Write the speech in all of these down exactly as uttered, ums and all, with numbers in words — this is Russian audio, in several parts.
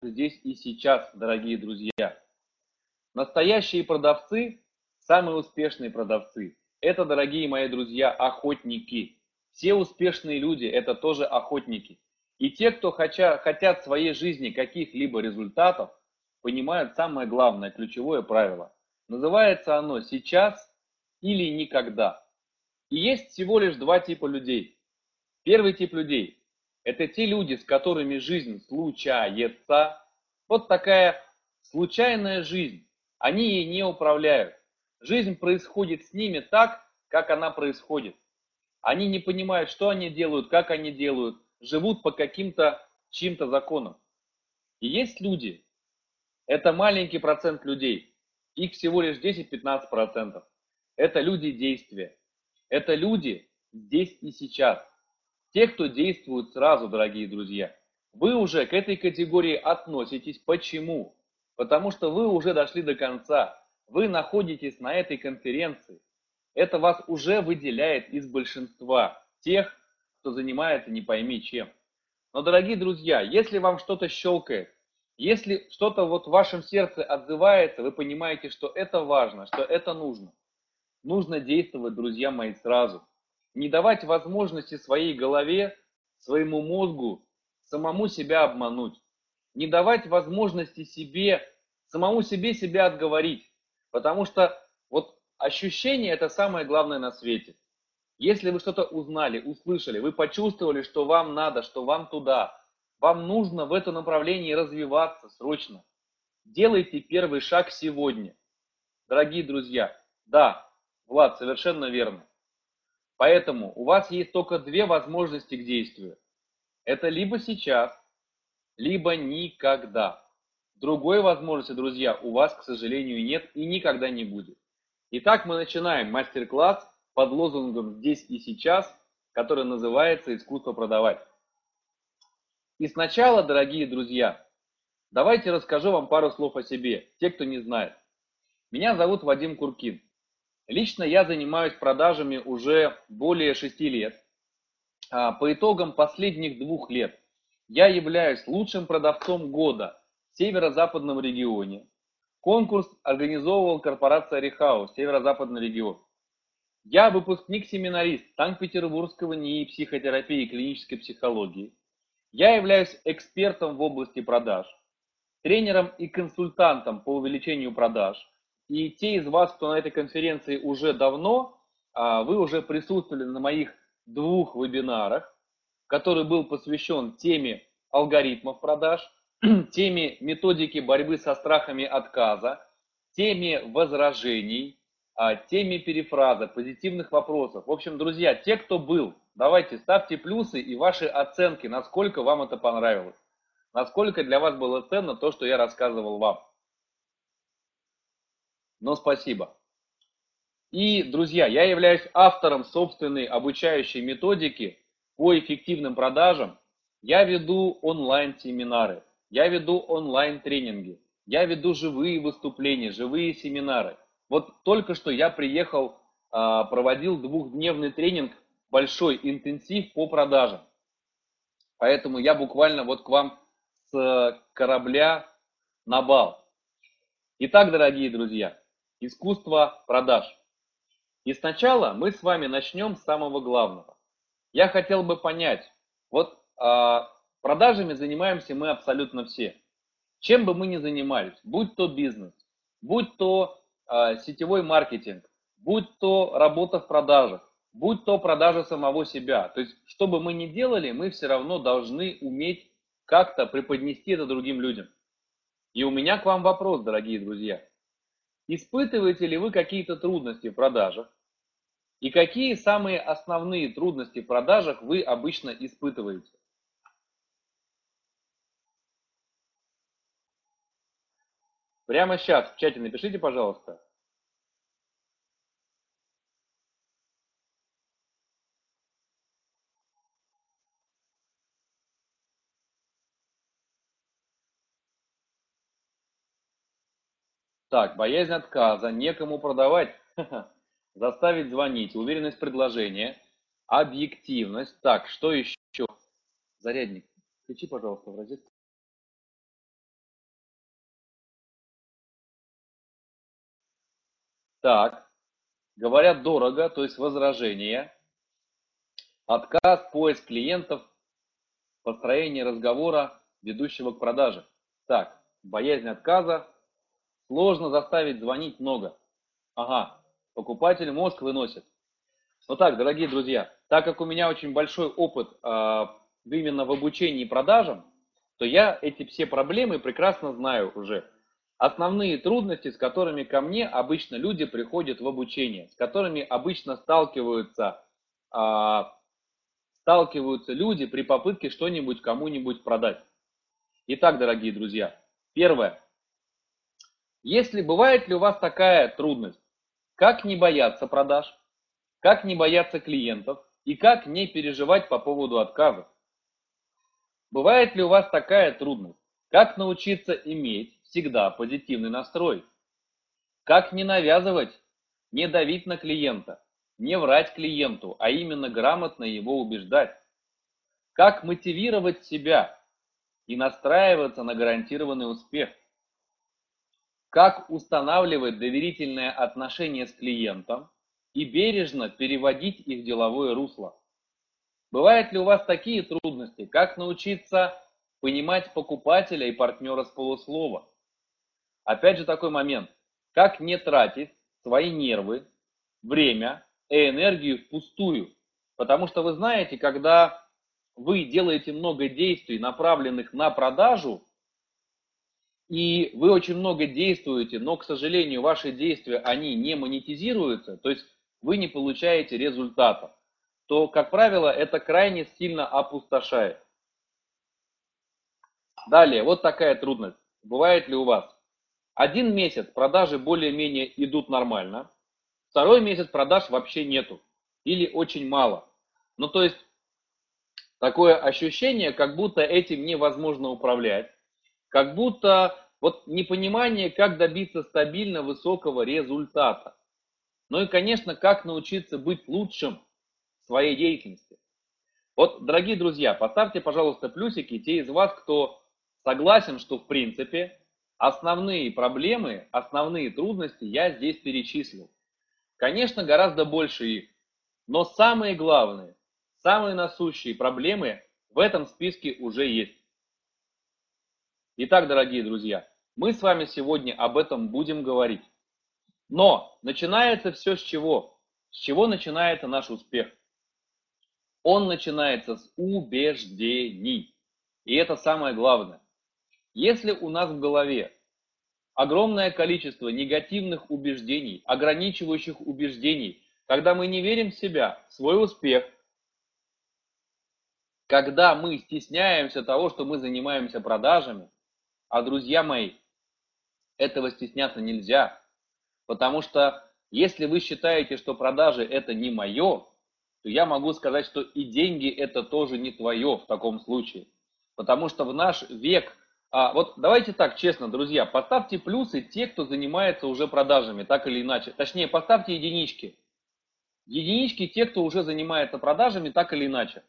здесь и сейчас, дорогие друзья. Настоящие продавцы, самые успешные продавцы, это, дорогие мои друзья, охотники. Все успешные люди – это тоже охотники. И те, кто хотя, хотят в своей жизни каких-либо результатов, понимают самое главное, ключевое правило. Называется оно «сейчас» или «никогда». И есть всего лишь два типа людей. Первый тип людей – это те люди, с которыми жизнь случается. Вот такая случайная жизнь. Они ей не управляют. Жизнь происходит с ними так, как она происходит. Они не понимают, что они делают, как они делают, живут по каким-то чьим-то законам. И есть люди, это маленький процент людей, их всего лишь десять-пятнадцать процентов. Это люди действия. Это люди здесь и сейчас. Те, кто действует сразу, дорогие друзья. Вы уже к этой категории относитесь. Почему? Потому что вы уже дошли до конца. Вы находитесь на этой конференции. Это вас уже выделяет из большинства тех, кто занимается не пойми чем. Но, дорогие друзья, если вам что-то щелкает, если что-то вот в вашем сердце отзывается, вы понимаете, что это важно, что это нужно. Нужно действовать, друзья мои, сразу. Не давать возможности своей голове, своему мозгу самому себя обмануть. Не давать возможности себе, самому себе себя отговорить. Потому что вот ощущение – это самое главное на свете. Если вы что-то узнали, услышали, вы почувствовали, что вам надо, что вам туда, вам нужно в этом направлении развиваться срочно. Делайте первый шаг сегодня. Дорогие друзья, да, Влад, совершенно верно. Поэтому у вас есть только две возможности к действию. Это либо сейчас, либо никогда. Другой возможности, друзья, у вас, к сожалению, нет и никогда не будет. Итак, мы начинаем мастер-класс под лозунгом «Здесь и сейчас», который называется «Искусство продавать». И сначала, дорогие друзья, давайте расскажу вам пару слов о себе, те, кто не знает. Меня зовут Вадим Куркин. Лично я занимаюсь продажами уже более шести лет. По итогам последних двух лет я являюсь лучшим продавцом года в северо-западном регионе. Конкурс организовывал корпорация Рехаус, северо-западный регион. Я выпускник-семинарист Санкт-Петербургского НИИ психотерапии и клинической психологии. Я являюсь экспертом в области продаж, тренером и консультантом по увеличению продаж. И те из вас, кто на этой конференции уже давно, вы уже присутствовали на моих двух вебинарах, который был посвящен теме алгоритмов продаж, теме методики борьбы со страхами отказа, теме возражений, теме перефраза, позитивных вопросов. В общем, друзья, те, кто был, давайте ставьте плюсы и ваши оценки, насколько вам это понравилось. Насколько для вас было ценно то, что я рассказывал вам. Но спасибо. И, друзья, я являюсь автором собственной обучающей методики по эффективным продажам. Я веду онлайн-семинары, я веду онлайн-тренинги, я веду живые выступления, живые семинары. Вот только что я приехал, проводил двухдневный тренинг, большой интенсив по продажам. Поэтому я буквально вот к вам с корабля на бал. Итак, дорогие друзья, искусство продаж. И сначала мы с вами начнем с самого главного. Я хотел бы понять, вот а, продажами занимаемся мы абсолютно все. Чем бы мы ни занимались, будь то бизнес, будь то а, сетевой маркетинг, будь то работа в продажах, будь то продажа самого себя. То есть, что бы мы ни делали, мы все равно должны уметь как-то преподнести это другим людям. И у меня к вам вопрос, дорогие друзья. Испытываете ли вы какие-то трудности в продажах? И какие самые основные трудности в продажах вы обычно испытываете? Прямо сейчас в чате напишите, пожалуйста. Так, боязнь отказа, некому продавать, заставить звонить, уверенность предложения, объективность. Так, что еще? Зарядник, включи, пожалуйста, в розетку. Так, говорят дорого, то есть возражение, отказ, поиск клиентов, построение разговора, ведущего к продаже. Так, боязнь отказа, сложно заставить звонить много. Ага, покупатель мозг выносит. Ну так, дорогие друзья, так как у меня очень большой опыт э, именно в обучении продажам, то я эти все проблемы прекрасно знаю уже. Основные трудности, с которыми ко мне обычно люди приходят в обучение, с которыми обычно сталкиваются, э, сталкиваются люди при попытке что-нибудь кому-нибудь продать. Итак, дорогие друзья, первое. Если бывает ли у вас такая трудность, как не бояться продаж, как не бояться клиентов и как не переживать по поводу отказа? Бывает ли у вас такая трудность, как научиться иметь всегда позитивный настрой? Как не навязывать, не давить на клиента, не врать клиенту, а именно грамотно его убеждать? Как мотивировать себя и настраиваться на гарантированный успех? Как устанавливать доверительные отношения с клиентом и бережно переводить их в деловое русло? Бывают ли у вас такие трудности, как научиться понимать покупателя и партнера с полуслова? Опять же такой момент, как не тратить свои нервы, время и энергию впустую? Потому что вы знаете, когда вы делаете много действий, направленных на продажу, и вы очень много действуете, но, к сожалению, ваши действия, они не монетизируются, то есть вы не получаете результата, то, как правило, это крайне сильно опустошает. Далее, вот такая трудность. Бывает ли у вас? Один месяц продажи более-менее идут нормально, второй месяц продаж вообще нету или очень мало. Ну, то есть, такое ощущение, как будто этим невозможно управлять, как будто вот непонимание, как добиться стабильно высокого результата. Ну и, конечно, как научиться быть лучшим в своей деятельности. Вот, дорогие друзья, поставьте, пожалуйста, плюсики те из вас, кто согласен, что в принципе основные проблемы, основные трудности я здесь перечислил. Конечно, гораздо больше их, но самые главные, самые насущие проблемы в этом списке уже есть. Итак, дорогие друзья, мы с вами сегодня об этом будем говорить. Но начинается все с чего? С чего начинается наш успех? Он начинается с убеждений. И это самое главное. Если у нас в голове огромное количество негативных убеждений, ограничивающих убеждений, когда мы не верим в себя, в свой успех, когда мы стесняемся того, что мы занимаемся продажами, а, друзья мои, этого стесняться нельзя, потому что если вы считаете, что продажи это не мое, то я могу сказать, что и деньги это тоже не твое в таком случае. Потому что в наш век, а, вот давайте так честно, друзья, поставьте плюсы те, кто занимается уже продажами, так или иначе. Точнее, поставьте единички. Единички те, кто уже занимается продажами, так или иначе.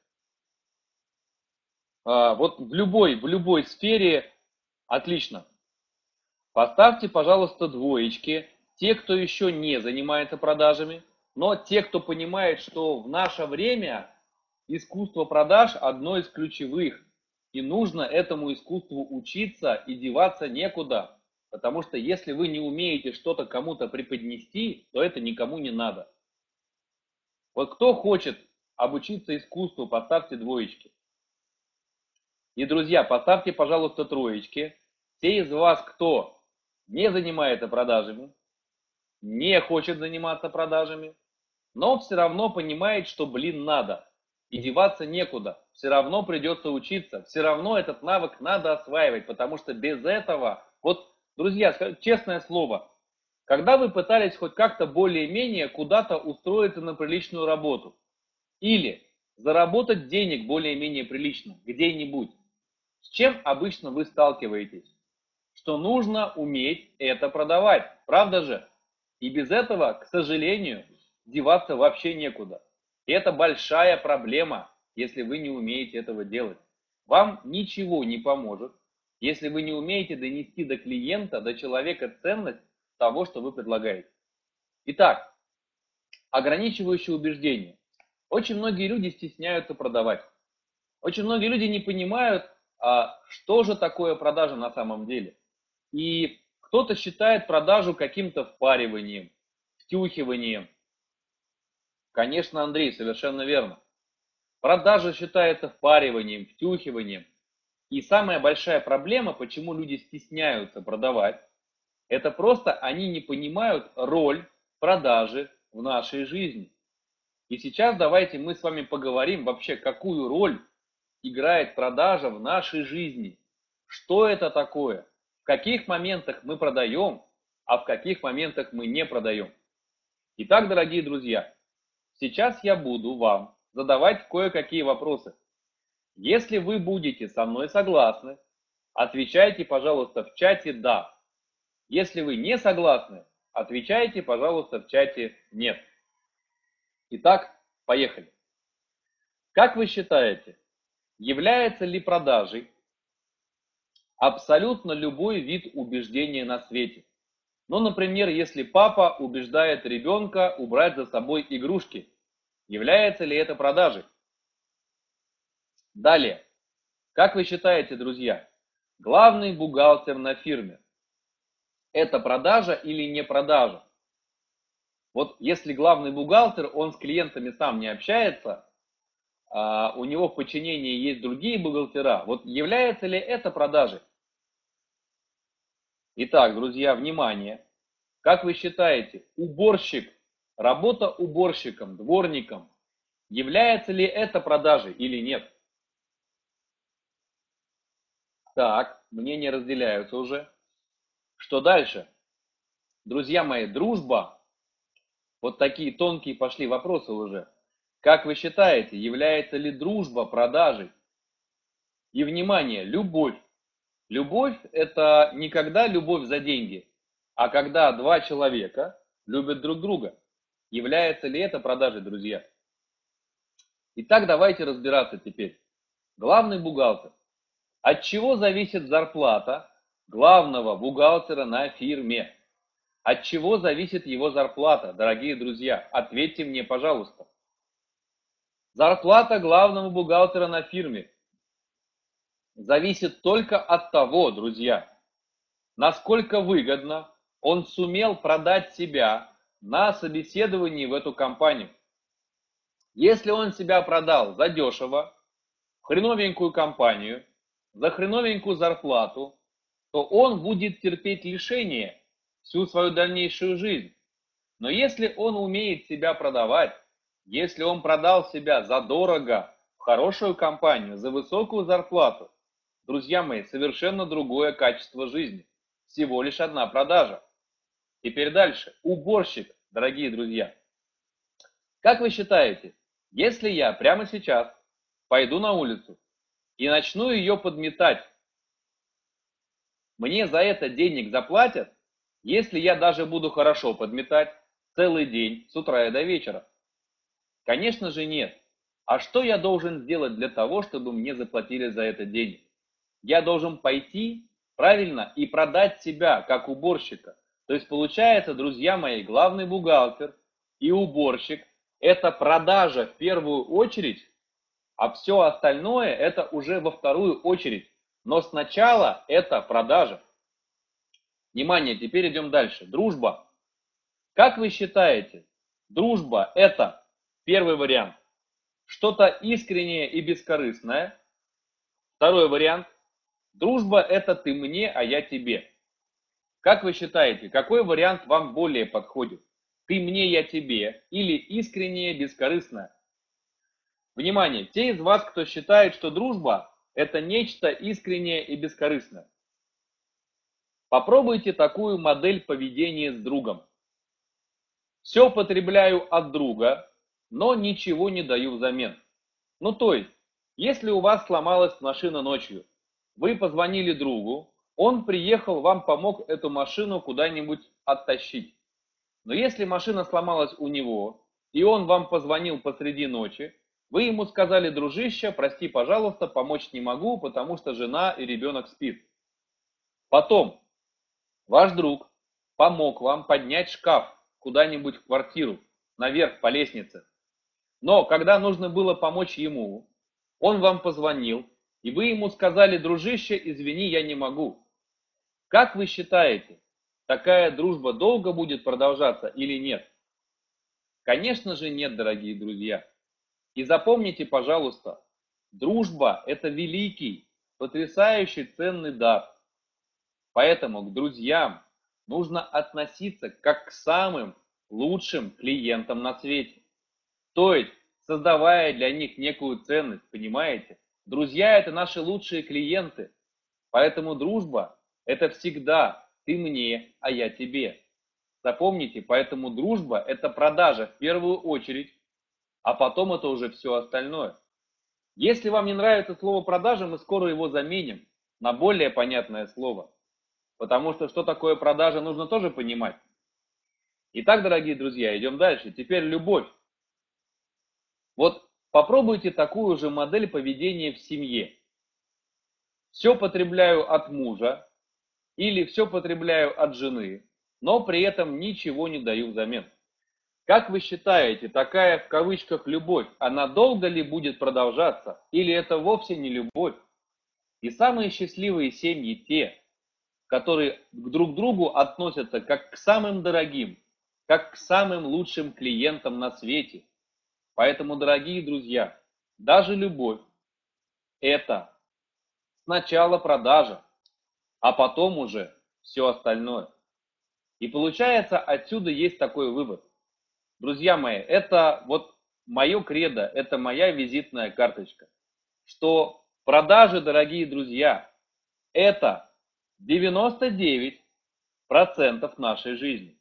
А, вот в любой, в любой сфере отлично. Поставьте, пожалуйста, двоечки те, кто еще не занимается продажами, но те, кто понимает, что в наше время искусство продаж одно из ключевых, и нужно этому искусству учиться и деваться некуда, потому что если вы не умеете что-то кому-то преподнести, то это никому не надо. Вот кто хочет обучиться искусству, поставьте двоечки. И, друзья, поставьте, пожалуйста, троечки. Те из вас, кто не занимается продажами, не хочет заниматься продажами, но все равно понимает, что, блин, надо. И деваться некуда. Все равно придется учиться. Все равно этот навык надо осваивать, потому что без этого, вот, друзья, честное слово, когда вы пытались хоть как-то более-менее куда-то устроиться на приличную работу или заработать денег более-менее прилично где-нибудь, с чем обычно вы сталкиваетесь? Что нужно уметь это продавать, правда же? И без этого, к сожалению, деваться вообще некуда. И это большая проблема, если вы не умеете этого делать. Вам ничего не поможет, если вы не умеете донести до клиента, до человека ценность того, что вы предлагаете. Итак, ограничивающие убеждения. Очень многие люди стесняются продавать. Очень многие люди не понимают, а, что же такое продажа на самом деле. И кто-то считает продажу каким-то впариванием, втюхиванием. Конечно, Андрей, совершенно верно. Продажа считается впариванием, втюхиванием. И самая большая проблема, почему люди стесняются продавать, это просто они не понимают роль продажи в нашей жизни. И сейчас давайте мы с вами поговорим вообще, какую роль играет продажа в нашей жизни. Что это такое? В каких моментах мы продаем, а в каких моментах мы не продаем. Итак, дорогие друзья, сейчас я буду вам задавать кое-какие вопросы. Если вы будете со мной согласны, отвечайте, пожалуйста, в чате «да». Если вы не согласны, отвечайте, пожалуйста, в чате «нет». Итак, поехали. Как вы считаете, является ли продажей абсолютно любой вид убеждения на свете? Ну, например, если папа убеждает ребенка убрать за собой игрушки, является ли это продажей? Далее. Как вы считаете, друзья, главный бухгалтер на фирме – это продажа или не продажа? Вот если главный бухгалтер, он с клиентами сам не общается, а у него в подчинении есть другие бухгалтера, вот является ли это продажей? Итак, друзья, внимание. Как вы считаете, уборщик, работа уборщиком, дворником, является ли это продажей или нет? Так, мнения разделяются уже. Что дальше? Друзья мои, дружба. Вот такие тонкие пошли вопросы уже. Как вы считаете, является ли дружба продажей? И внимание, любовь. Любовь – это не когда любовь за деньги, а когда два человека любят друг друга. Является ли это продажей, друзья? Итак, давайте разбираться теперь. Главный бухгалтер. От чего зависит зарплата главного бухгалтера на фирме? От чего зависит его зарплата, дорогие друзья? Ответьте мне, пожалуйста. Зарплата главного бухгалтера на фирме зависит только от того, друзья, насколько выгодно он сумел продать себя на собеседовании в эту компанию. Если он себя продал задешево, в хреновенькую компанию, за хреновенькую зарплату, то он будет терпеть лишение всю свою дальнейшую жизнь. Но если он умеет себя продавать, если он продал себя задорого в хорошую компанию, за высокую зарплату, друзья мои, совершенно другое качество жизни. Всего лишь одна продажа. Теперь дальше. Уборщик, дорогие друзья. Как вы считаете, если я прямо сейчас пойду на улицу и начну ее подметать, мне за это денег заплатят, если я даже буду хорошо подметать целый день с утра и до вечера? Конечно же нет. А что я должен сделать для того, чтобы мне заплатили за это денег? Я должен пойти, правильно, и продать себя как уборщика. То есть получается, друзья мои, главный бухгалтер и уборщик – это продажа в первую очередь, а все остальное это уже во вторую очередь. Но сначала это продажа. Внимание, теперь идем дальше. Дружба. Как вы считаете, дружба – это первый вариант, что-то искреннее и бескорыстное. Второй вариант – дружба – это ты мне, а я тебе. Как вы считаете, какой вариант вам более подходит? Ты мне, я тебе или искреннее, бескорыстное? Внимание, те из вас, кто считает, что дружба – это нечто искреннее и бескорыстное. Попробуйте такую модель поведения с другом. Все потребляю от друга, но ничего не даю взамен. Ну то есть, если у вас сломалась машина ночью, вы позвонили другу, он приехал, вам помог эту машину куда-нибудь оттащить. Но если машина сломалась у него, и он вам позвонил посреди ночи, вы ему сказали: дружище, прости, пожалуйста, помочь не могу, потому что жена и ребенок спит. Потом ваш друг помог вам поднять шкаф, куда-нибудь в квартиру, наверх по лестнице. Но когда нужно было помочь ему, он вам позвонил, и вы ему сказали: дружище, извини, я не могу. Как вы считаете, такая дружба долго будет продолжаться или нет? Конечно же нет, дорогие друзья. И запомните, пожалуйста, дружба – это великий, потрясающий ценный дар. Поэтому к друзьям нужно относиться как к самым лучшим клиентам на свете. То есть, создавая для них некую ценность, понимаете? Друзья – это наши лучшие клиенты. Поэтому дружба – это всегда ты мне, а я тебе. Запомните, поэтому дружба – это продажа в первую очередь, а потом это уже все остальное. Если вам не нравится слово продажа, мы скоро его заменим на более понятное слово. Потому что что такое продажа, нужно тоже понимать. Итак, дорогие друзья, идем дальше. Теперь любовь. Вот попробуйте такую же модель поведения в семье. Все потребляю от мужа или все потребляю от жены, но при этом ничего не даю взамен. Как вы считаете, такая в кавычках любовь, она долго ли будет продолжаться или это вовсе не любовь? И самые счастливые семьи те, которые друг к другу относятся как к самым дорогим, как к самым лучшим клиентам на свете. Поэтому, дорогие друзья, даже любовь – это сначала продажа, а потом уже все остальное. И получается, отсюда есть такой вывод. Друзья мои, это вот мое кредо, это моя визитная карточка, что продажи, дорогие друзья, это девяносто девять процентов нашей жизни.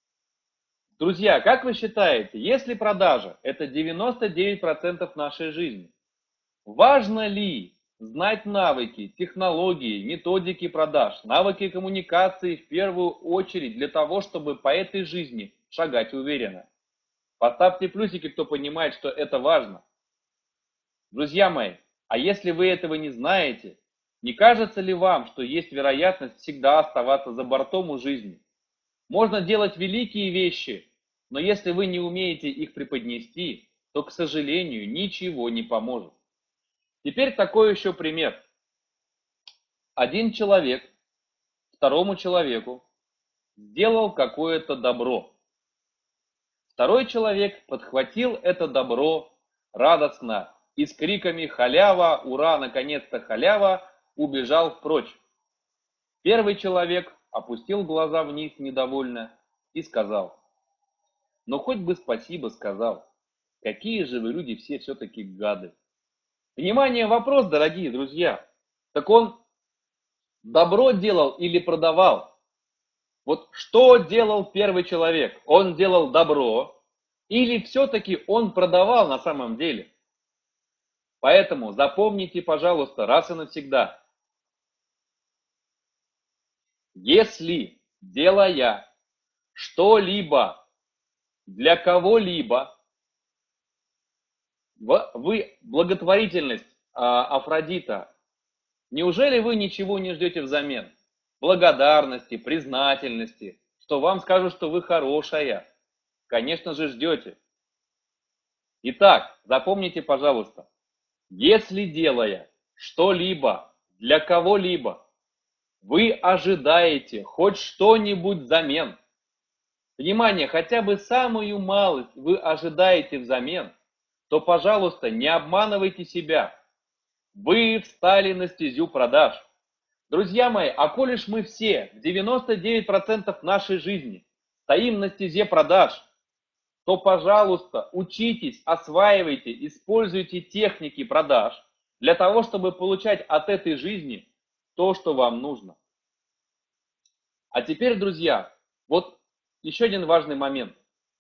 Друзья, как вы считаете, если продажа – это девяносто девять процентов нашей жизни, важно ли знать навыки, технологии, методики продаж, навыки коммуникации в первую очередь для того, чтобы по этой жизни шагать уверенно? Поставьте плюсики, кто понимает, что это важно. Друзья мои, а если вы этого не знаете, не кажется ли вам, что есть вероятность всегда оставаться за бортом у жизни? Можно делать великие вещи, но если вы не умеете их преподнести, то, к сожалению, ничего не поможет. Теперь такой еще пример. Один человек второму человеку сделал какое-то добро. Второй человек подхватил это добро радостно и с криками «Халява! Ура! Наконец-то халява!» убежал прочь. Первый человек опустил глаза вниз недовольно и сказал: «Ну хоть бы спасибо сказал. Какие же вы люди все все-таки гады». Внимание, вопрос, дорогие друзья. Так он добро делал или продавал? Вот что делал первый человек? Он делал добро или все-таки он продавал на самом деле? Поэтому запомните, пожалуйста, раз и навсегда. Если, делая что-либо для кого-либо, вы благотворительность Афродита, неужели вы ничего не ждете взамен? Благодарности, признательности, что вам скажут, что вы хорошая? Конечно же ждете. Итак, запомните, пожалуйста, если делая что-либо для кого-либо, вы ожидаете хоть что-нибудь взамен, внимание, хотя бы самую малость вы ожидаете взамен, то, пожалуйста, не обманывайте себя. Вы встали на стезю продаж. Друзья мои, а коли ж мы все в девяносто девять процентов нашей жизни стоим на стезе продаж, то, пожалуйста, учитесь, осваивайте, используйте техники продаж для того, чтобы получать от этой жизни то, что вам нужно. А теперь, друзья, вот еще один важный момент.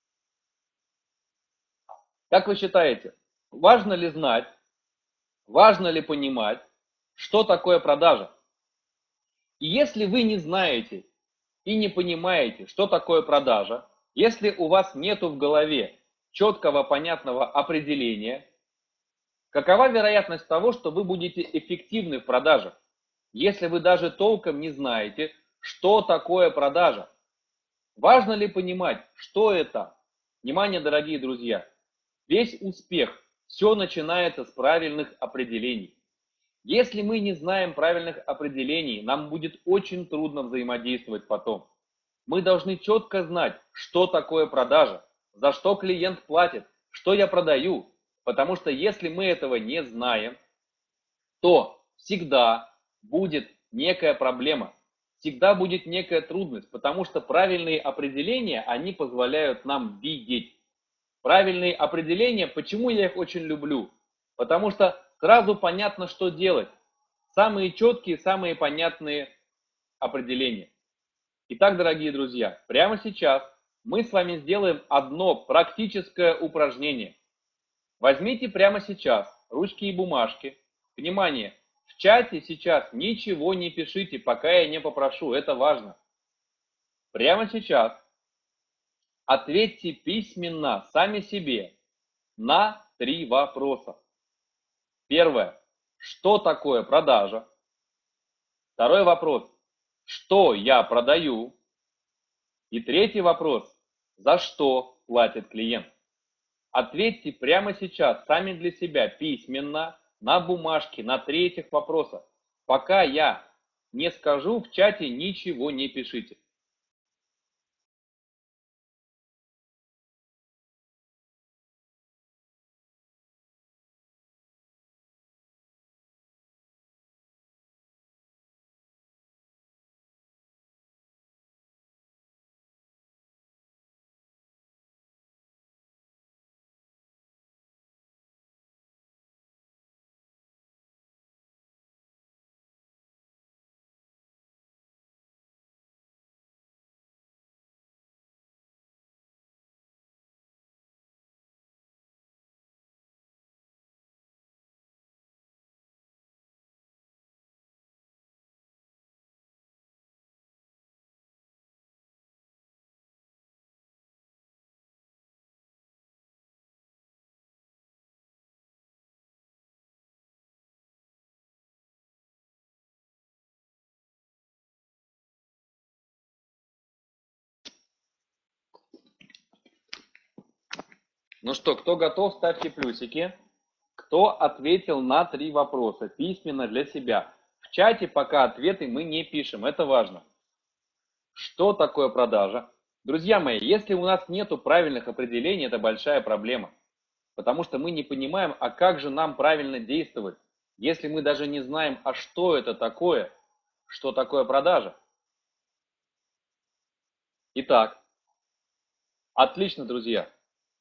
Как вы считаете, важно ли знать, важно ли понимать, что такое продажа? И если вы не знаете и не понимаете, что такое продажа, если у вас нету в голове четкого, понятного определения, какова вероятность того, что вы будете эффективны в продажах, если вы даже толком не знаете, что такое продажа? Важно ли понимать, что это? Внимание, дорогие друзья! Весь успех, все начинается с правильных определений. Если мы не знаем правильных определений, нам будет очень трудно взаимодействовать потом. Мы должны четко знать, что такое продажа, за что клиент платит, что я продаю. Потому что если мы этого не знаем, то всегда будет некая проблема, всегда будет некая трудность, потому что правильные определения, они позволяют нам видеть. Правильные определения, почему я их очень люблю? Потому что сразу понятно, что делать. Самые четкие, самые понятные определения. Итак, дорогие друзья, прямо сейчас мы с вами сделаем одно практическое упражнение. Возьмите прямо сейчас ручки и бумажки. Внимание, в чате сейчас ничего не пишите, пока я не попрошу, это важно. Прямо сейчас ответьте письменно сами себе на три вопроса. Первое. Что такое продажа? Второй вопрос. Что я продаю? И третий вопрос. За что платит клиент? Ответьте прямо сейчас сами для себя письменно на бумажке на три этих вопроса. Пока я не скажу, в чате ничего не пишите. Ну что, кто готов, ставьте плюсики. Кто ответил на три вопроса письменно для себя? В чате пока ответы мы не пишем, это важно. Что такое продажа? Друзья мои, если у нас нет правильных определений, это большая проблема. Потому что мы не понимаем, а как же нам правильно действовать, если мы даже не знаем, а что это такое, что такое продажа. Итак, отлично, друзья.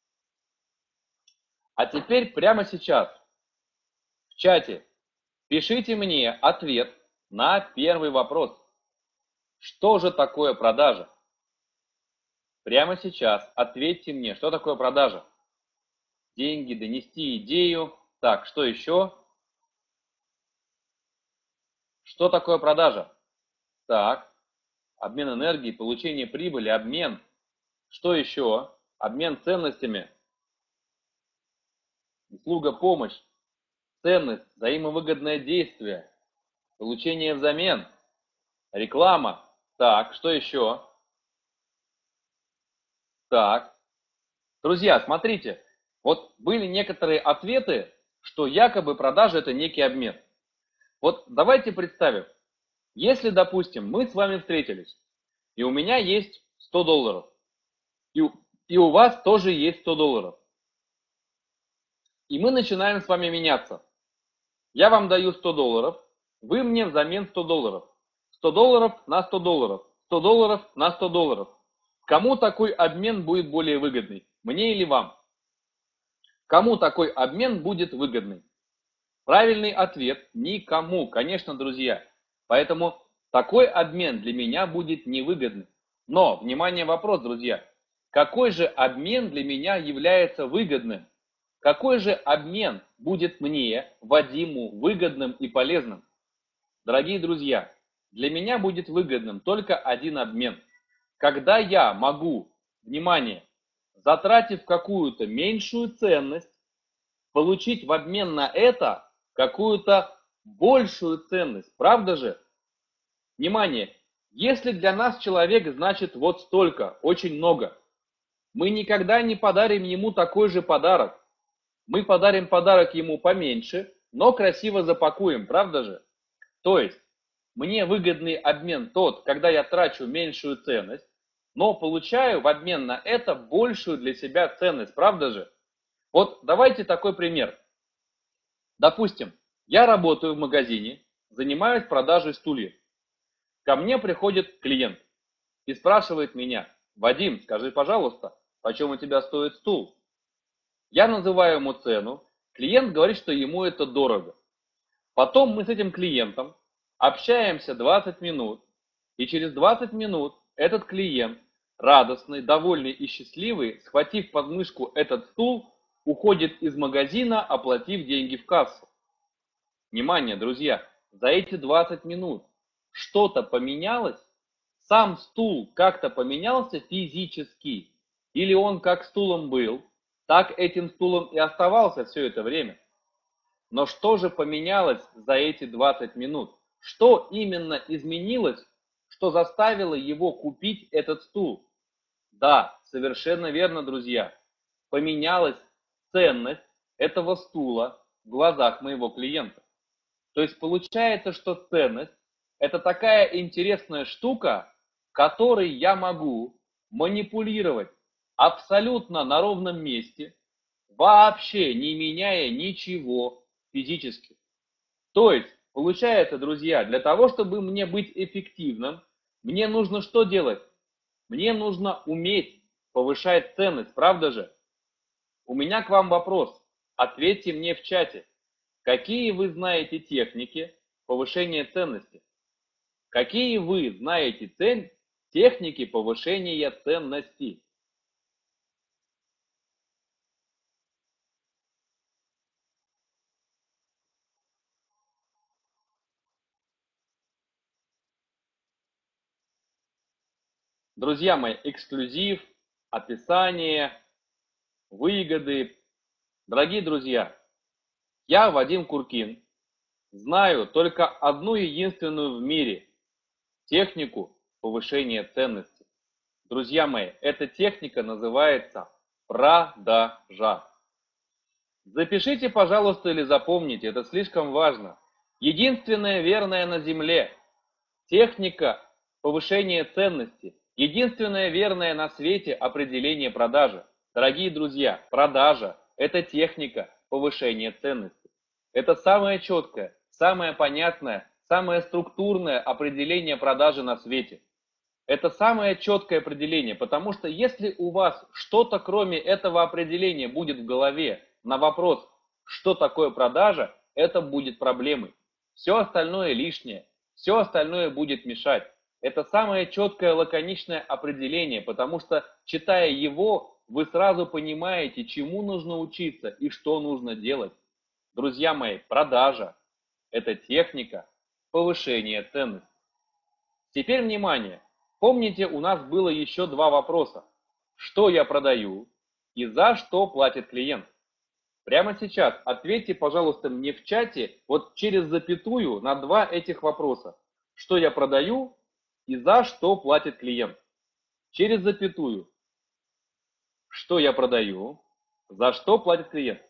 А теперь прямо сейчас в чате пишите мне ответ на первый вопрос. Что же такое продажа? Прямо сейчас ответьте мне, что такое продажа? Деньги, донести идею. Так, что еще? Что такое продажа? Так, обмен энергией, получение прибыли, обмен. Что еще? Обмен ценностями. Услуга, помощь. Ценность, взаимовыгодное действие. Получение взамен. Реклама. Так, что еще? Так. Друзья, смотрите. Вот были некоторые ответы, что якобы продажа это некий обмен. Вот давайте представим, если, допустим, мы с вами встретились, и у меня есть сто долларов, и, и у вас тоже есть сто долларов, и мы начинаем с вами меняться. Я вам даю сто долларов, вы мне взамен сто долларов. сто долларов на сто долларов, сто долларов на сто долларов. Кому такой обмен будет более выгодный? Мне или вам? Кому такой обмен будет выгодный? Правильный ответ – никому, конечно, друзья. Поэтому такой обмен для меня будет невыгодный. Но, внимание, вопрос, друзья. Какой же обмен для меня является выгодным? Какой же обмен будет мне, Вадиму, выгодным и полезным? Дорогие друзья, для меня будет выгодным только один обмен. Когда я могу, внимание, затратив какую-то меньшую ценность, получить в обмен на это какую-то большую ценность. Правда же? Внимание, Если для нас человек значит вот столько, очень много, мы никогда не подарим ему такой же подарок. Мы подарим подарок ему поменьше, но красиво запакуем, правда же? То есть, мне выгодный обмен тот, когда я трачу меньшую ценность, но получаю в обмен на это большую для себя ценность, правда же? Вот давайте такой пример. Допустим, я работаю в магазине, занимаюсь продажей стульев. Ко мне приходит клиент и спрашивает меня: Вадим, скажи, пожалуйста, почем у тебя стоит стул? Я называю ему цену, клиент говорит, что ему это дорого. Потом мы с этим клиентом общаемся двадцать минут, и через двадцать минут этот клиент, радостный, довольный и счастливый, схватив под мышку этот стул, уходит из магазина, оплатив деньги в кассу. Внимание, друзья, за эти двадцать минут что-то поменялось? Сам стул как-то поменялся физически? Или он как стулом был, так этим стулом и оставался все это время? Но что же поменялось за эти двадцать минут? Что именно изменилось, что заставило его купить этот стул? Да, совершенно верно, друзья. Поменялась ценность этого стула в глазах моего клиента. То есть получается, что ценность – это такая интересная штука, которой я могу манипулировать абсолютно на ровном месте, вообще не меняя ничего физически. То есть, получается, друзья, для того, чтобы мне быть эффективным, мне нужно что делать? Мне нужно уметь повышать ценность, правда же? У меня к вам вопрос. Ответьте мне в чате. Какие вы знаете техники повышения ценности? Какие вы знаете цель, техники повышения ценности? Друзья мои, эксклюзив, описание, выгоды. Дорогие друзья, я, Вадим Куркин, знаю только одну единственную в мире технику повышения ценности. Друзья мои, эта техника называется продажа. Запишите, пожалуйста, или запомните, это слишком важно. Единственная верная на Земле техника повышения ценности, единственная верная на свете определение продажи. Дорогие друзья, продажа – это техника повышения ценности. Это самое четкое, самое понятное, самое структурное определение продажи на свете. Это самое четкое определение, потому что если у вас что-то кроме этого определения будет в голове на вопрос, что такое продажа, это будет проблемой. Все остальное лишнее, все остальное будет мешать. Это самое четкое лаконичное определение, потому что, читая его, вы сразу понимаете, чему нужно учиться и что нужно делать. Друзья мои, продажа – это техника повышения ценности. Теперь внимание! Помните, у нас было еще два вопроса. Что я продаю и за что платит клиент? Прямо сейчас ответьте, пожалуйста, мне в чате вот через запятую на два этих вопроса. Что я продаю и за что платит клиент? Через запятую. Что я продаю, за что платит клиент?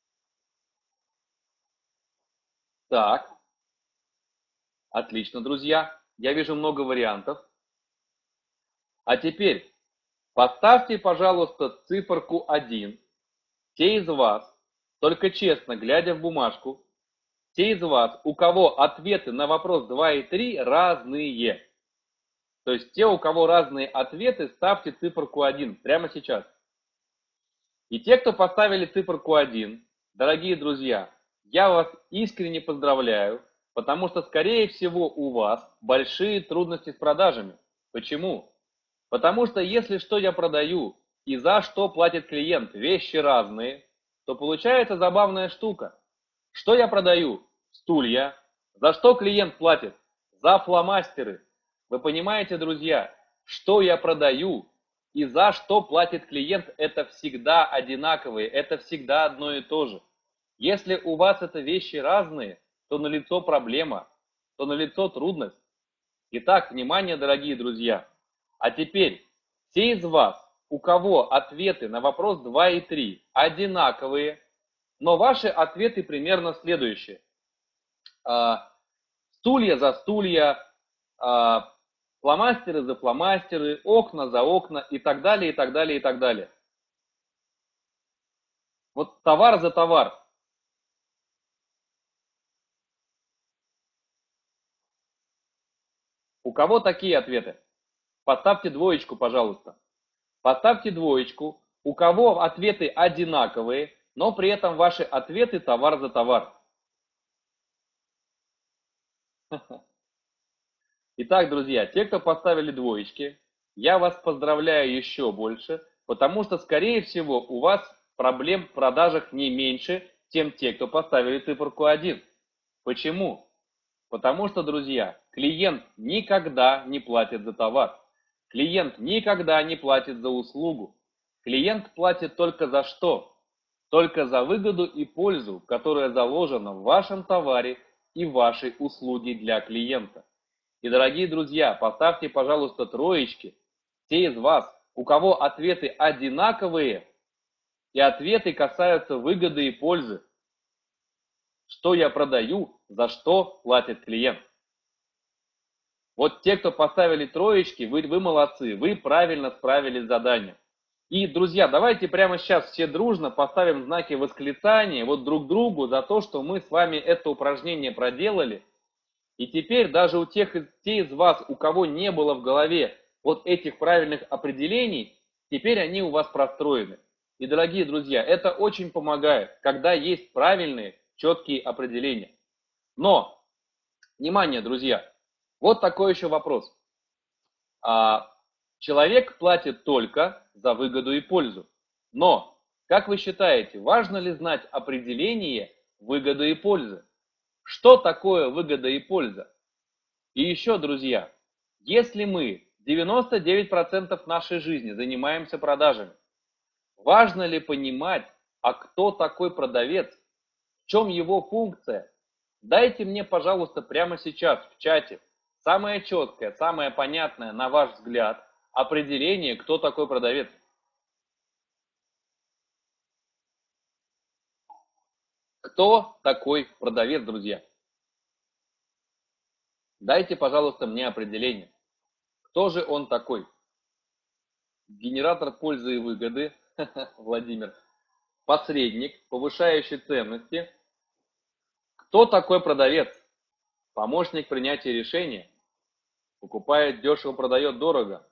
Так, отлично, друзья. Я вижу много вариантов. А теперь поставьте, пожалуйста, циферку один. Те из вас, только честно, глядя в бумажку, те из вас, у кого ответы на вопрос два и три разные. То есть те, у кого разные ответы, ставьте циферку один прямо сейчас. И те, кто поставили циферку один, дорогие друзья, я вас искренне поздравляю, потому что, скорее всего, у вас большие трудности с продажами. Почему? Потому что если что я продаю и за что платит клиент, вещи разные, то получается забавная штука. Что я продаю? Стулья. За что клиент платит? За фломастеры. Вы понимаете, друзья, что я продаю и за что платит клиент, это всегда одинаковые, это всегда одно и то же. Если у вас это вещи разные, то налицо проблема, то налицо трудность. Итак, внимание, дорогие друзья. А теперь те из вас, у кого ответы на вопрос два и три одинаковые, но ваши ответы примерно следующие. А, стулья за стулья, а, фломастеры за фломастеры, окна за окна и так далее, и так далее, и так далее. Вот товар за товар. У кого такие ответы? Поставьте двоечку, пожалуйста. Поставьте двоечку. У кого ответы одинаковые, но при этом ваши ответы товар за товар. Итак, друзья, те, кто поставили двоечки, я вас поздравляю еще больше, потому что, скорее всего, у вас проблем в продажах не меньше, чем те, кто поставили циферку один. Почему? Потому что, друзья, клиент никогда не платит за товар. Клиент никогда не платит за услугу. Клиент платит только за что? Только за выгоду и пользу, которая заложена в вашем товаре и вашей услуге для клиента. И, дорогие друзья, поставьте, пожалуйста, троечки. Те из вас, у кого ответы одинаковые, и ответы касаются выгоды и пользы. Что я продаю, за что платит клиент. Вот те, кто поставили троечки, вы, вы молодцы, вы правильно справились с заданием. И, друзья, давайте прямо сейчас все дружно поставим знаки восклицания вот друг другу за то, что мы с вами это упражнение проделали. И теперь даже у тех, те из вас, у кого не было в голове вот этих правильных определений, теперь они у вас простроены. И, дорогие друзья, это очень помогает, когда есть правильные, четкие определения. Но, внимание, друзья, вот такой еще вопрос. А, человек платит только за выгоду и пользу. Но, как вы считаете, важно ли знать определение выгоды и пользы? Что такое выгода и польза? И еще, друзья, если мы девяносто девять процентов нашей жизни занимаемся продажами, важно ли понимать, а кто такой продавец, в чем его функция? Дайте мне, пожалуйста, прямо сейчас в чате самое четкое, самое понятное, на ваш взгляд, определение, кто такой продавец. Кто такой продавец, друзья? Дайте, пожалуйста, мне определение. Кто же он такой? Генератор пользы и выгоды, Владимир. Посредник, повышающий ценности. Кто такой продавец? Помощник принятия решения. Покупает дешево, продает дорого.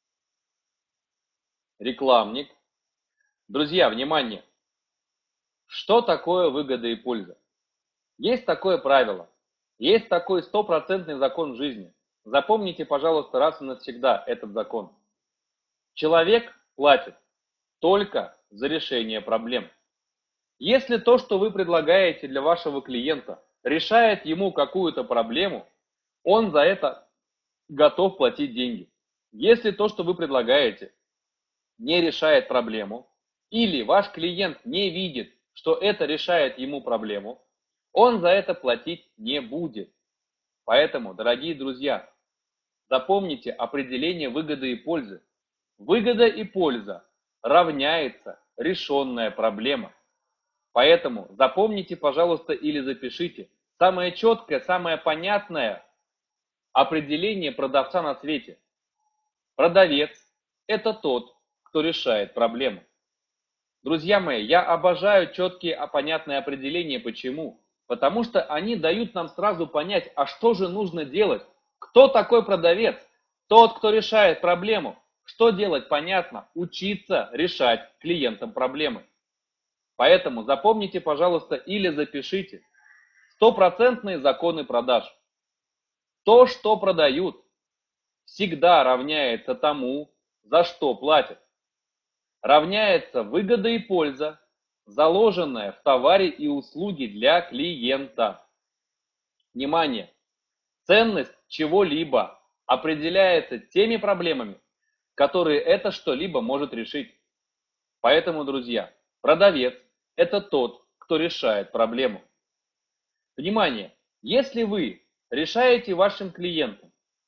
Рекламник. Друзья, внимание! Что такое выгода и польза? Есть такое правило, есть такой стопроцентный закон жизни. Запомните, пожалуйста, раз и навсегда этот закон. Человек платит только за решение проблем. Если то, что вы предлагаете для вашего клиента, решает ему какую-то проблему, он за это готов платить деньги. Если то, что вы предлагаете, не решает проблему, или ваш клиент не видит, что это решает ему проблему, он за это платить не будет. Поэтому, дорогие друзья, запомните определение выгоды и пользы. Выгода и польза равняется решенная проблема. Поэтому запомните, пожалуйста, или запишите самое четкое, самое понятное определение продавца на свете. Продавец – это тот, кто решает проблему. Друзья мои, я обожаю четкие, понятные определения. Почему? Потому что они дают нам сразу понять, а что же нужно делать? Кто такой продавец? Тот, кто решает проблему. Что делать? Понятно. Учиться решать клиентам проблемы. Поэтому запомните, пожалуйста, или запишите. Стопроцентные законы продаж. То, что продают, всегда равняется тому, за что платят. Равняется выгода и польза, заложенная в товаре и услуге для клиента. Внимание! Ценность чего-либо определяется теми проблемами, которые это что-либо может решить. Поэтому, друзья, продавец – это тот, кто решает проблему. Внимание! Если вы решаете вашим клиентам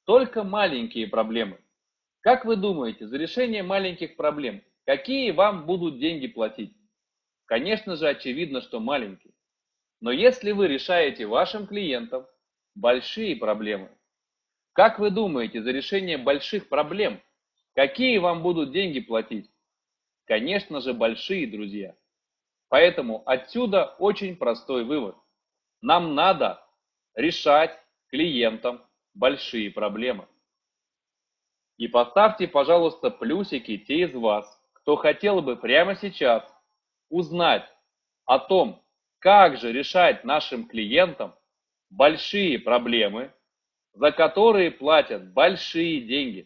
только маленькие проблемы. Как вы думаете, за решение маленьких проблем, какие вам будут деньги платить? Конечно же, очевидно, что маленькие. Но если вы решаете вашим клиентам большие проблемы, как вы думаете, за решение больших проблем, какие вам будут деньги платить? Конечно же, большие, друзья. Поэтому отсюда очень простой вывод. Нам надо решать клиентам большие проблемы. И поставьте, пожалуйста, плюсики те из вас, кто хотел бы прямо сейчас узнать о том, как же решать нашим клиентам большие проблемы, за которые платят большие деньги.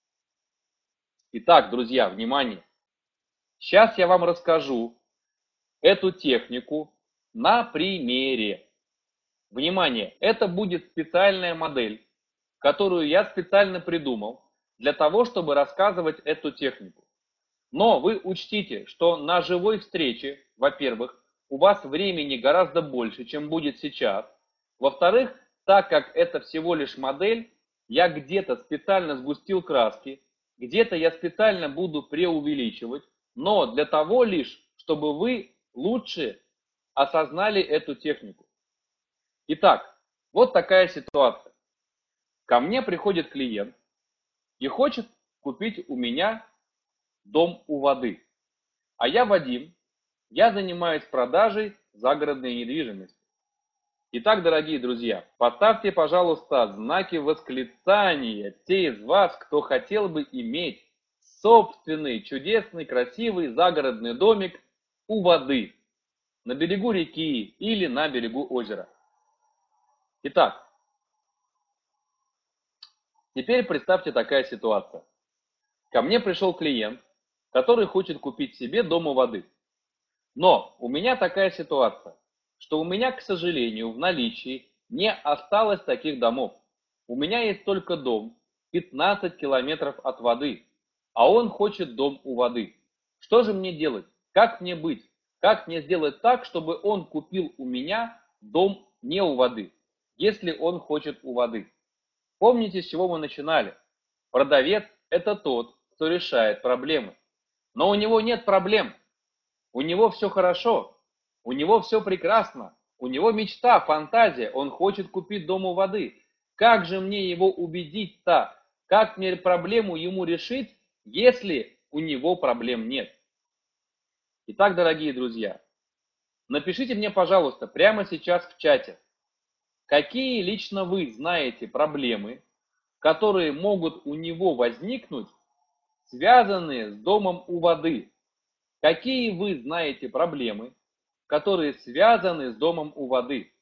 Итак, друзья, внимание! Сейчас я вам расскажу эту технику на примере. Внимание! Это будет специальная модель, которую я специально придумал для того, чтобы рассказывать эту технику. Но вы учтите, что на живой встрече, во-первых, у вас времени гораздо больше, чем будет сейчас. Во-вторых, так как это всего лишь модель, я где-то специально сгустил краски, где-то я специально буду преувеличивать, но для того лишь, чтобы вы лучше осознали эту технику. Итак, вот такая ситуация. Ко мне приходит клиент и хочет купить у меня дом у воды. А я Вадим, я занимаюсь продажей загородной недвижимости. Итак, дорогие друзья, поставьте, пожалуйста, знаки восклицания те из вас, кто хотел бы иметь собственный, чудесный, красивый загородный домик у воды, на берегу реки или на берегу озера. Итак, теперь представьте такая ситуация. Ко мне пришел клиент, который хочет купить себе дом у воды. Но у меня такая ситуация, что у меня, к сожалению, в наличии не осталось таких домов. У меня есть только дом пятнадцать километров от воды, а он хочет дом у воды. Что же мне делать? Как мне быть? Как мне сделать так, чтобы он купил у меня дом не у воды, если он хочет у воды? Помните, с чего мы начинали? Продавец – это тот, кто решает проблемы. Но у него нет проблем. У него все хорошо, у него все прекрасно, у него мечта, фантазия, он хочет купить дом у воды. Как же мне его убедить-то? Как мне проблему ему решить, если у него проблем нет? Итак, дорогие друзья, напишите мне, пожалуйста, прямо сейчас в чате, какие лично вы знаете проблемы, которые могут у него возникнуть, связанные с домом у воды. Какие вы знаете проблемы, которые связаны с домом у воды?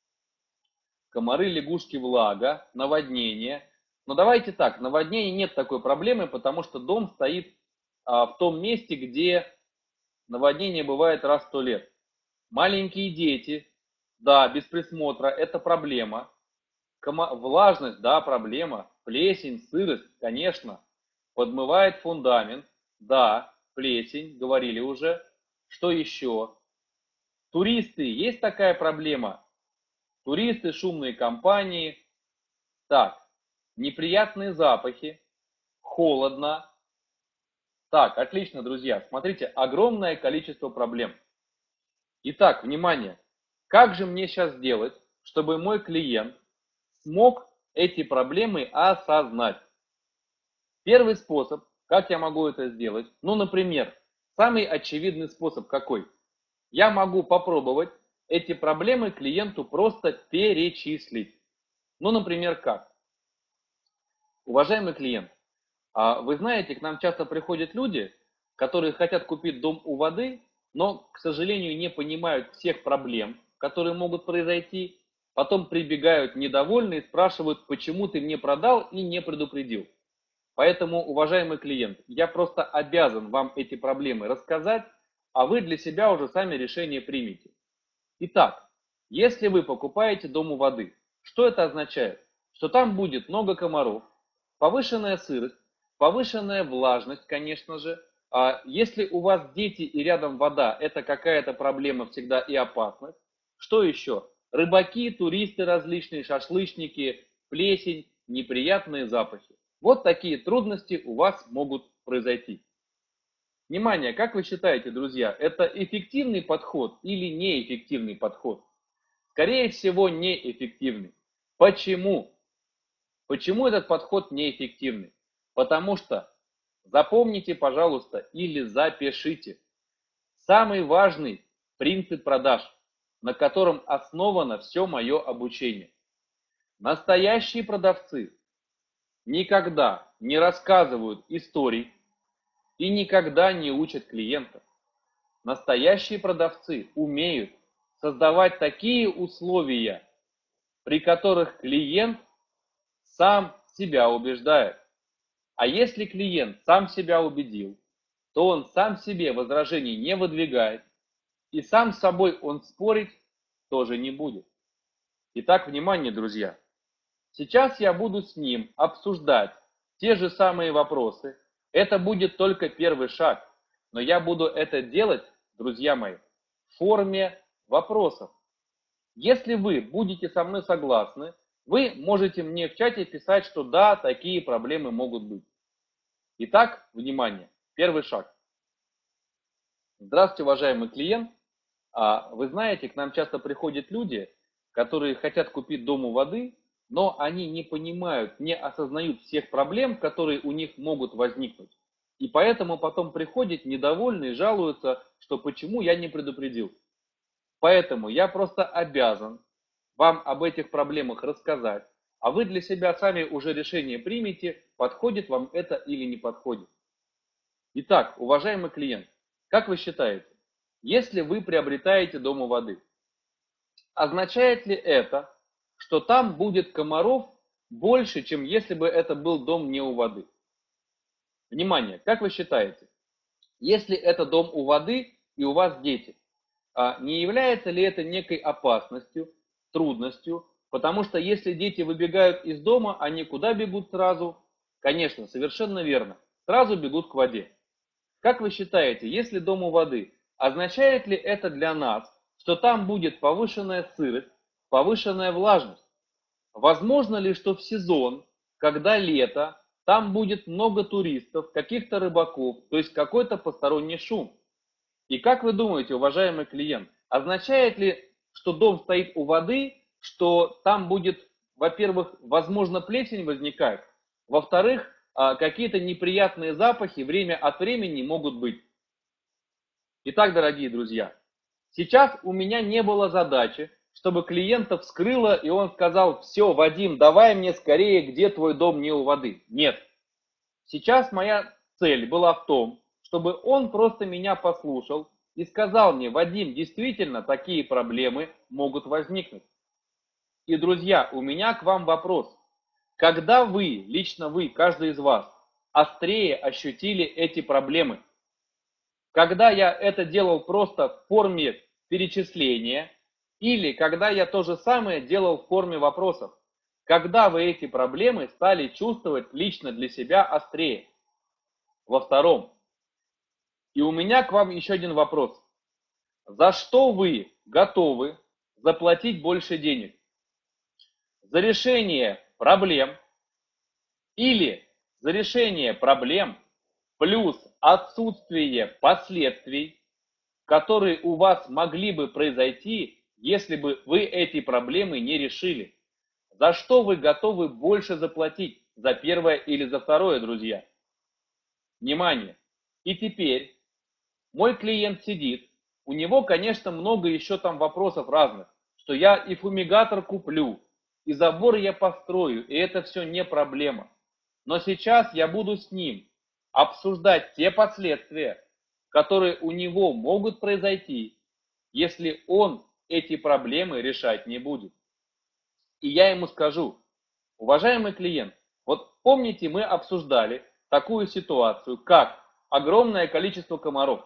Комары, лягушки, влага, наводнение. Но давайте так, наводнения нет такой проблемы, потому что дом стоит а, в том месте, где наводнение бывает раз в сто лет. Маленькие дети, да, без присмотра, это проблема. Кома... Влажность, да, проблема. Плесень, сырость, конечно. Подмывает фундамент, да. Плесень, говорили уже. Что еще? Туристы, есть такая проблема? Туристы, шумные компании. Так, неприятные запахи, холодно. Так, отлично, друзья. Смотрите, огромное количество проблем. Итак, внимание. Как же мне сейчас сделать, чтобы мой клиент смог эти проблемы осознать? Первый способ, как я могу это сделать? Ну, например, самый очевидный способ какой? Я могу попробовать эти проблемы клиенту просто перечислить. Ну, например, как? Уважаемый клиент, а вы знаете, к нам часто приходят люди, которые хотят купить дом у воды, но, к сожалению, не понимают всех проблем, которые могут произойти. Потом прибегают недовольные и спрашивают, почему ты мне продал и не предупредил. Поэтому, уважаемый клиент, я просто обязан вам эти проблемы рассказать, а вы для себя уже сами решение примите. Итак, если вы покупаете дом у воды, что это означает? Что там будет много комаров, повышенная сырость, повышенная влажность, конечно же. А если у вас дети и рядом вода, это какая-то проблема всегда и опасность. Что еще? Рыбаки, туристы различные, шашлычники, плесень, неприятные запахи. Вот такие трудности у вас могут произойти. Внимание, как вы считаете, друзья, это эффективный подход или неэффективный подход? Скорее всего, неэффективный. Почему? Почему этот подход неэффективный? Потому что, запомните, пожалуйста, или запишите, самый важный принцип продаж, на котором основано все мое обучение. Настоящие продавцы никогда не рассказывают историй и никогда не учат клиентов. Настоящие продавцы умеют создавать такие условия, при которых клиент сам себя убеждает. А если клиент сам себя убедил, то он сам себе возражений не выдвигает, и сам с собой он спорить тоже не будет. Итак, внимание, друзья. Сейчас я буду с ним обсуждать те же самые вопросы. Это будет только первый шаг, но я буду это делать, друзья мои, в форме вопросов. Если вы будете со мной согласны, вы можете мне в чате писать, что да, такие проблемы могут быть. Итак, внимание, первый шаг. Здравствуйте, уважаемый клиент. Вы знаете, к нам часто приходят люди, которые хотят купить дом у воды, но они не понимают, не осознают всех проблем, которые у них могут возникнуть. И поэтому потом приходят недовольные, жалуются, что почему я не предупредил. Поэтому я просто обязан вам об этих проблемах рассказать, а вы для себя сами уже решение примете, подходит вам это или не подходит. Итак, уважаемый клиент, как вы считаете, если вы приобретаете дом у воды, означает ли это, что там будет комаров больше, чем если бы это был дом не у воды? Внимание, как вы считаете, если это дом у воды и у вас дети, не является ли это некой опасностью, трудностью? Потому что если дети выбегают из дома, они куда бегут сразу? Конечно, совершенно верно, сразу бегут к воде. Как вы считаете, если дом у воды, означает ли это для нас, что там будет повышенная сырость, повышенная влажность? Возможно ли, что в сезон, когда лето, там будет много туристов, каких-то рыбаков, то есть какой-то посторонний шум? И как вы думаете, уважаемый клиент, означает ли, что дом стоит у воды, что там будет, во-первых, возможно, плесень возникает, во-вторых, какие-то неприятные запахи время от времени могут быть? Итак, дорогие друзья, сейчас у меня не было задачи, чтобы клиента вскрыло, и он сказал: все, Вадим, давай мне скорее, где твой дом не у воды. Нет. Сейчас моя цель была в том, чтобы он просто меня послушал и сказал мне: Вадим, действительно, такие проблемы могут возникнуть. И, друзья, у меня к вам вопрос. Когда вы, лично вы, каждый из вас, острее ощутили эти проблемы? Когда я это делал просто в форме перечисления, или когда я то же самое делал в форме вопросов? Когда вы эти проблемы стали чувствовать лично для себя острее? Во втором. И у меня к вам еще один вопрос. За что вы готовы заплатить больше денег? За решение проблем или за решение проблем плюс отсутствие последствий, которые у вас могли бы произойти, если бы вы эти проблемы не решили? За что вы готовы больше заплатить? За первое или за второе, друзья? Внимание! И теперь мой клиент сидит, у него, конечно, много еще там вопросов разных, что я и фумигатор куплю, и забор я построю, и это все не проблема. Но сейчас я буду с ним обсуждать те последствия, которые у него могут произойти, если он эти проблемы решать не будет. И я ему скажу: уважаемый клиент, вот помните, мы обсуждали такую ситуацию, как огромное количество комаров.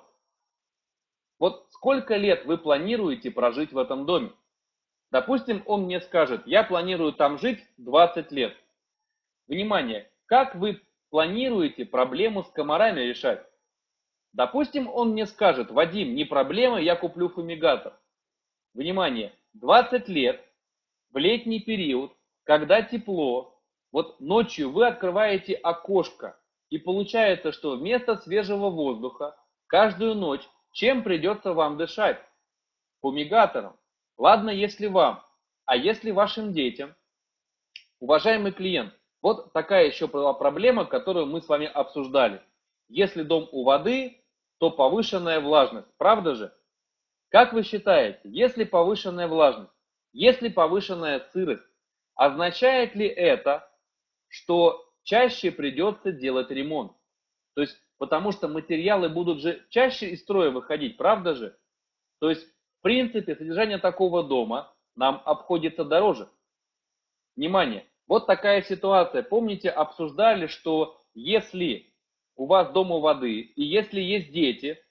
Вот сколько лет вы планируете прожить в этом доме? Допустим, он мне скажет: я планирую там жить двадцать лет. Внимание, как вы планируете проблему с комарами решать? Допустим, он мне скажет: Вадим, не проблема, я куплю фумигатор. Внимание, двадцать лет в летний период, когда тепло, Вот ночью вы открываете окошко, и получается, что вместо свежего воздуха каждую ночь чем придется вам дышать? Фумигатором. Ладно, если вам, а если вашим детям? Уважаемый клиент, вот такая еще была проблема, которую мы с вами обсуждали. Если дом у воды, то повышенная влажность, правда же? Как вы считаете, если повышенная влажность, если повышенная сырость, означает ли это, что чаще придется делать ремонт? То есть, потому что материалы будут же чаще из строя выходить, правда же? То есть, в принципе, содержание такого дома нам обходится дороже. Внимание! Вот такая ситуация. Помните, обсуждали, что если у вас дом у воды и если есть дети,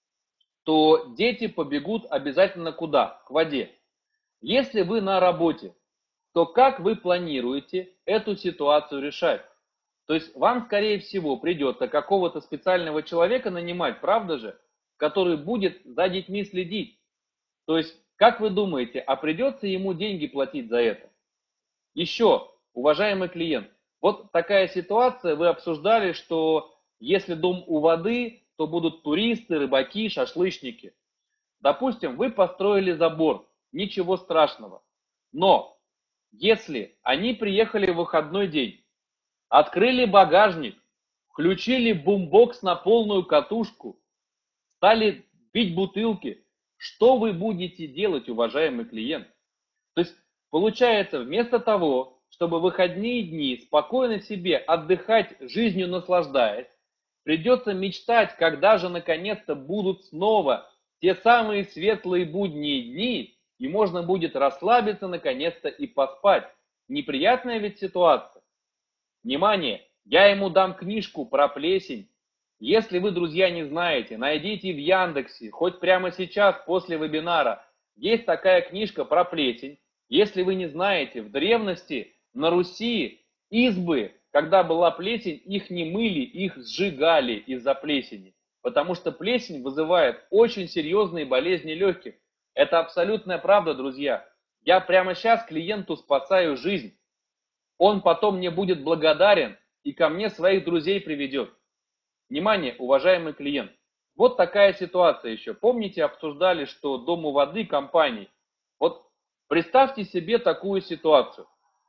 то дети побегут обязательно куда? К воде. Если вы на работе, то как вы планируете эту ситуацию решать? То есть вам, скорее всего, придется какого-то специального человека нанимать, правда же, который будет за детьми следить. То есть, как вы думаете, а придется ему деньги платить за это? Еще, уважаемый клиент, вот такая ситуация, вы обсуждали, что если дом у воды, то будут туристы, рыбаки, шашлычники. Допустим, вы построили забор, ничего страшного. Но если они приехали в выходной день, открыли багажник, включили бумбокс на полную катушку, стали бить бутылки, что вы будете делать, уважаемый клиент? То есть получается, вместо того, чтобы в выходные дни спокойно себе отдыхать, жизнью наслаждаясь, придется мечтать, когда же наконец-то будут снова те самые светлые будние дни, и можно будет расслабиться наконец-то и поспать. Неприятная ведь ситуация. Внимание, я ему дам книжку про плесень. Если вы, друзья, не знаете, найдите в Яндексе, хоть прямо сейчас после вебинара, есть такая книжка про плесень. Если вы не знаете, в древности на Руси избы, когда была плесень, их не мыли, их сжигали из-за плесени. Потому что плесень вызывает очень серьезные болезни легких. Это абсолютная правда, друзья. Я прямо сейчас клиенту спасаю жизнь. Он потом мне будет благодарен и ко мне своих друзей приведет. Внимание, уважаемый клиент. Вот такая ситуация еще. Помните, обсуждали, что дом у воды компании. Вот представьте себе такую ситуацию.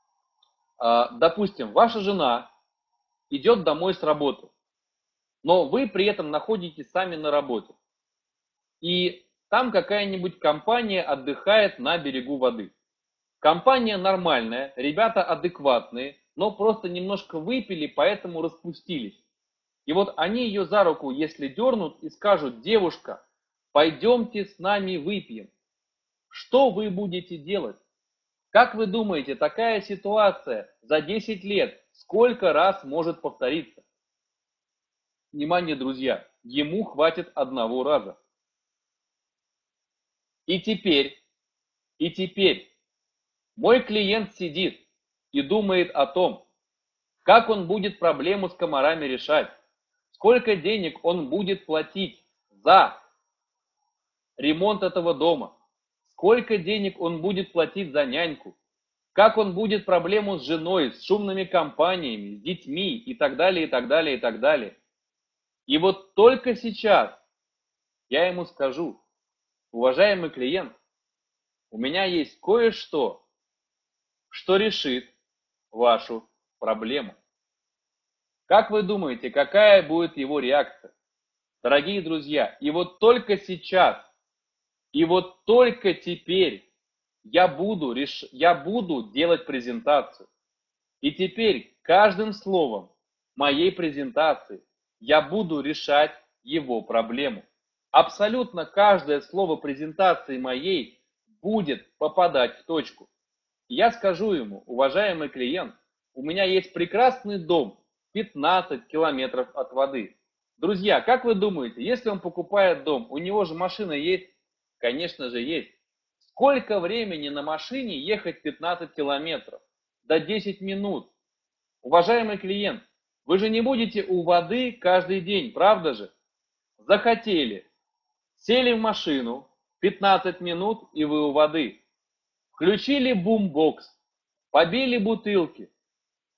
Допустим, ваша жена идет домой с работы, но вы при этом находитесь сами на работе. И там какая-нибудь компания отдыхает на берегу воды. Компания нормальная, ребята адекватные, но просто немножко выпили, поэтому распустились. И вот они ее за руку, если дернут и скажут: девушка, пойдемте с нами выпьем. Что вы будете делать? Как вы думаете, такая ситуация за десять лет сколько раз может повториться? Внимание, друзья, ему хватит одного раза. И теперь, и теперь мой клиент сидит и думает о том, как он будет проблему с комарами решать, сколько денег он будет платить за ремонт этого дома, сколько денег он будет платить за няньку, как он будет проблему с женой, с шумными компаниями, с детьми и так далее, и так далее, и так далее. И вот только сейчас я ему скажу: уважаемый клиент, у меня есть кое-что, что решит вашу проблему. Как вы думаете, какая будет его реакция? Дорогие друзья, и вот только сейчас, и вот только теперь я буду, реш... я буду делать презентацию. И теперь каждым словом моей презентации я буду решать его проблему. Абсолютно каждое слово презентации моей будет попадать в точку. Я скажу ему: уважаемый клиент, у меня есть прекрасный дом, пятнадцать километров от воды. Друзья, как вы думаете, если он покупает дом, у него же машина есть? Конечно же есть. Сколько времени на машине ехать пятнадцать километров? До десять минут. Уважаемый клиент, вы же не будете у воды каждый день, правда же? Захотели, сели в машину, пятнадцать минут и вы у воды. Включили бумбокс, побили бутылки,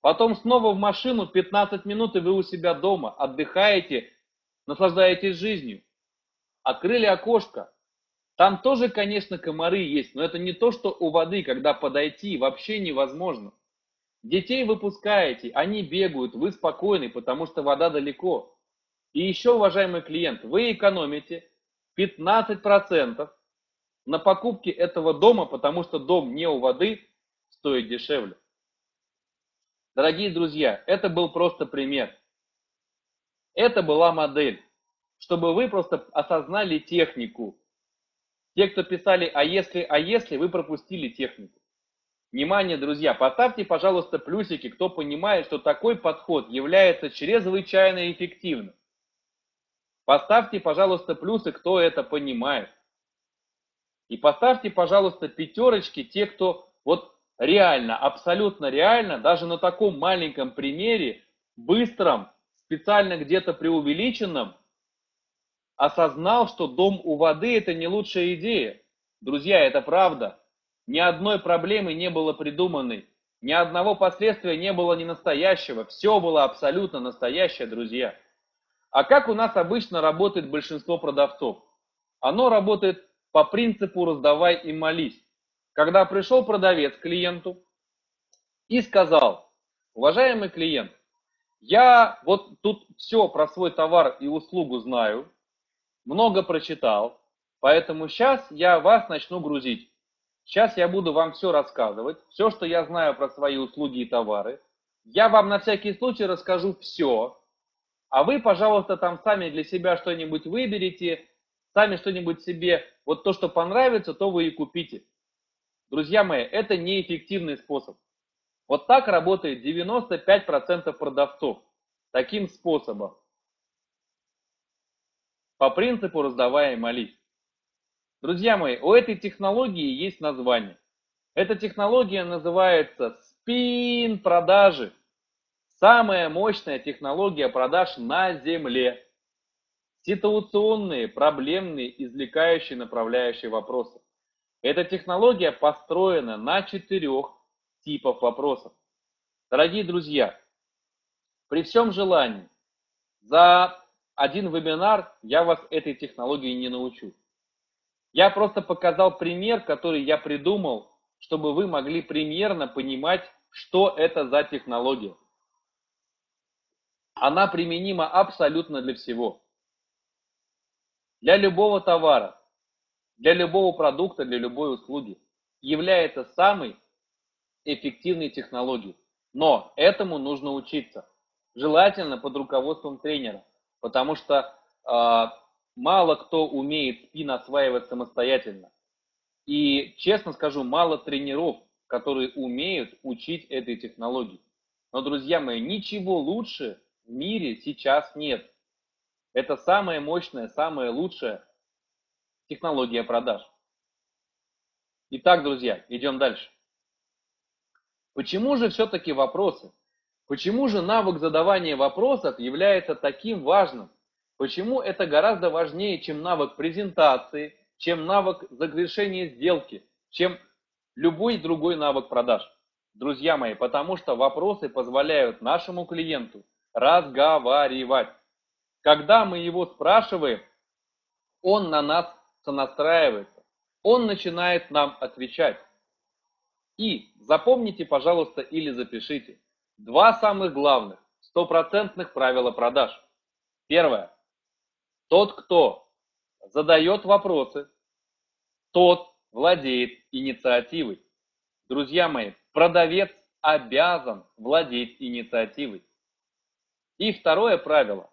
Потом снова в машину, пятнадцать минут, и вы у себя дома, отдыхаете, наслаждаетесь жизнью. Открыли окошко. Там тоже, конечно, комары есть, но это не то, что у воды, когда подойти вообще невозможно. Детей выпускаете, они бегают, вы спокойны, потому что вода далеко. И еще, уважаемый клиент, вы экономите пятнадцать процентов на покупке этого дома, потому что дом не у воды стоит дешевле. Дорогие друзья, это был просто пример. Это была модель, чтобы вы просто осознали технику. Те, кто писали «а если, а если», вы пропустили технику. Внимание, друзья, поставьте, пожалуйста, плюсики, кто понимает, что такой подход является чрезвычайно эффективным. Поставьте, пожалуйста, плюсы, кто это понимает. И поставьте, пожалуйста, пятерочки, те, кто вот реально, абсолютно реально, даже на таком маленьком примере, быстром, специально где-то преувеличенном, осознал, что дом у воды – это не лучшая идея. Друзья, это правда. Ни одной проблемы не было придуманной, ни одного последствия не было не настоящего. Все было абсолютно настоящее, друзья. А как у нас обычно работает большинство продавцов? Оно работает по принципу «раздавай и молись». Когда пришел продавец к клиенту и сказал: уважаемый клиент, я вот тут все про свой товар и услугу знаю, много прочитал, поэтому сейчас я вас начну грузить. Сейчас я буду вам все рассказывать, все, что я знаю про свои услуги и товары. Я вам на всякий случай расскажу все, а вы, пожалуйста, там сами для себя что-нибудь выберите, сами что-нибудь себе, вот то, что понравится, то вы и купите. Друзья мои, это неэффективный способ. Вот так работает девяносто пять процентов продавцов. Таким способом. По принципу «раздавай и молись». Друзья мои, у этой технологии есть название. Эта технология называется спин-продажи. Самая мощная технология продаж на Земле. Ситуационные, проблемные, извлекающие, направляющие вопросы. Эта технология построена на четырех типах вопросов. Дорогие друзья, при всем желании, за один вебинар я вас этой технологии не научу. Я просто показал пример, который я придумал, чтобы вы могли примерно понимать, что это за технология. Она применима абсолютно для всего. Для любого товара, для любого продукта, для любой услуги является самой эффективной технологией. Но этому нужно учиться. Желательно под руководством тренера, потому что э, мало кто умеет спин осваивать самостоятельно. И, честно скажу, мало тренеров, которые умеют учить этой технологии. Но, друзья мои, ничего лучше в мире сейчас нет. Это самая мощная, самая лучшая технология продаж. Итак, друзья, идем дальше. Почему же все-таки вопросы? Почему же навык задавания вопросов является таким важным? Почему это гораздо важнее, чем навык презентации, чем навык завершения сделки, чем любой другой навык продаж? Друзья мои, потому что вопросы позволяют нашему клиенту разговаривать. Когда мы его спрашиваем, он на нас сонастраивается, он начинает нам отвечать. И запомните, пожалуйста, или запишите два самых главных стопроцентных правила продаж. Первое. Тот, кто задает вопросы, тот владеет инициативой. Друзья мои, продавец обязан владеть инициативой. И второе правило.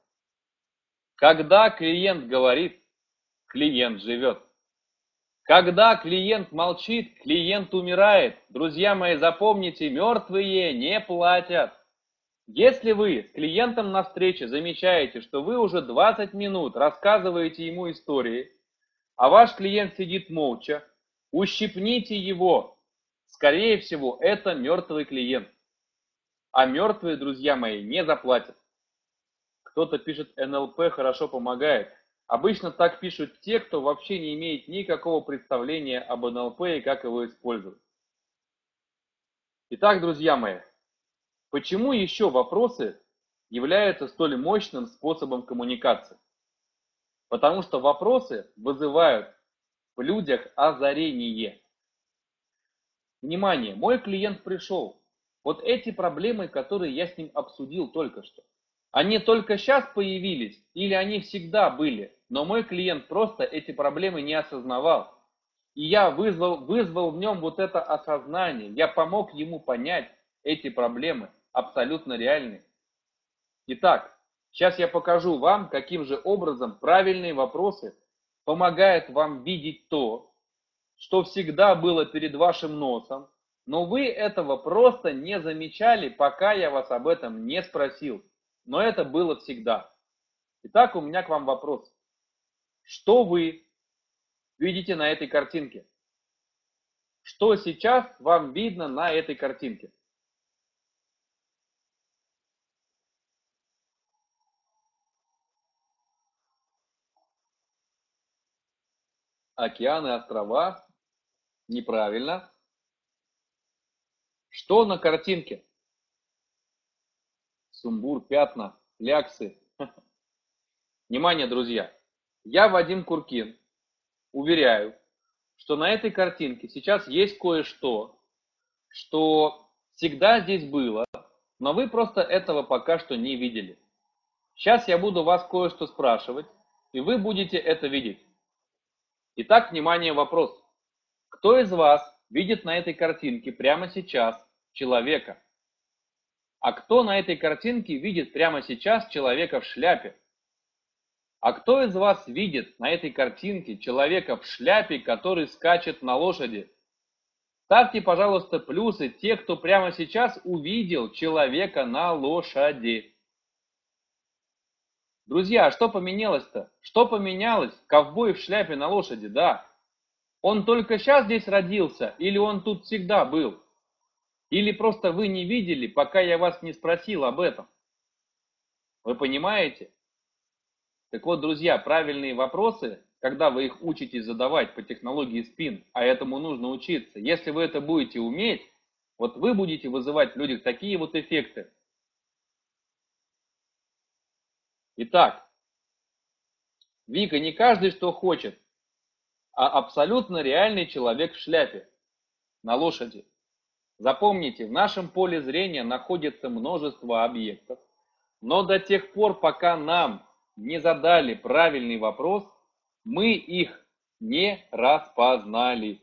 Когда клиент говорит, клиент живет. Когда клиент молчит, клиент умирает. Друзья мои, запомните, мертвые не платят. Если вы с клиентом на встрече замечаете, что вы уже двадцать минут рассказываете ему истории, а ваш клиент сидит молча, ущипните его. Скорее всего, это мертвый клиент. А мертвые, друзья мои, не заплатят. Кто-то пишет, эн эл пэ хорошо помогает. Обычно так пишут те, кто вообще не имеет никакого представления об эн эл пэ и как его использовать. Итак, друзья мои, Почему еще вопросы являются столь мощным способом коммуникации? Потому что вопросы вызывают в людях озарение. Внимание, мой клиент пришел. Вот эти проблемы, которые я с ним обсудил только что, они только сейчас появились или они всегда были, но мой клиент просто эти проблемы не осознавал. И я вызвал, вызвал в нем вот это осознание, я помог ему понять эти проблемы, абсолютно реальные. Итак, сейчас я покажу вам, каким же образом правильные вопросы помогают вам видеть то, что всегда было перед вашим носом, но вы этого просто не замечали, пока я вас об этом не спросил. Но это было всегда. Итак, у меня к вам вопрос. Что вы видите на этой картинке? Что сейчас вам видно на этой картинке? Океаны, острова? Неправильно. Что на картинке? Сумбур, пятна, кляксы. Внимание, друзья! Я Вадим Куркин. Уверяю, что на этой картинке сейчас есть кое-что, что всегда здесь было, но вы просто этого пока что не видели. Сейчас я буду вас кое-что спрашивать, и вы будете это видеть. Итак, внимание, вопрос. Кто из вас видит на этой картинке прямо сейчас человека? А кто на этой картинке видит прямо сейчас человека в шляпе? А кто из вас видит на этой картинке человека в шляпе, который скачет на лошади? Ставьте, пожалуйста, плюсы те, кто прямо сейчас увидел человека на лошади. Друзья, а что поменялось-то? Что поменялось? Ковбой в шляпе на лошади, да. Он только сейчас здесь родился, или он тут всегда был? Или просто вы не видели, пока я вас не спросил об этом? Вы понимаете? Так вот, друзья, правильные вопросы, когда вы их учитесь задавать по технологии спин, а этому нужно учиться, если вы это будете уметь, вот вы будете вызывать в людях такие вот эффекты. Итак, Вика, не каждый что хочет, а абсолютно реальный человек в шляпе, на лошади. Запомните, в нашем поле зрения находится множество объектов, но до тех пор, пока нам не задали правильный вопрос, мы их не распознали.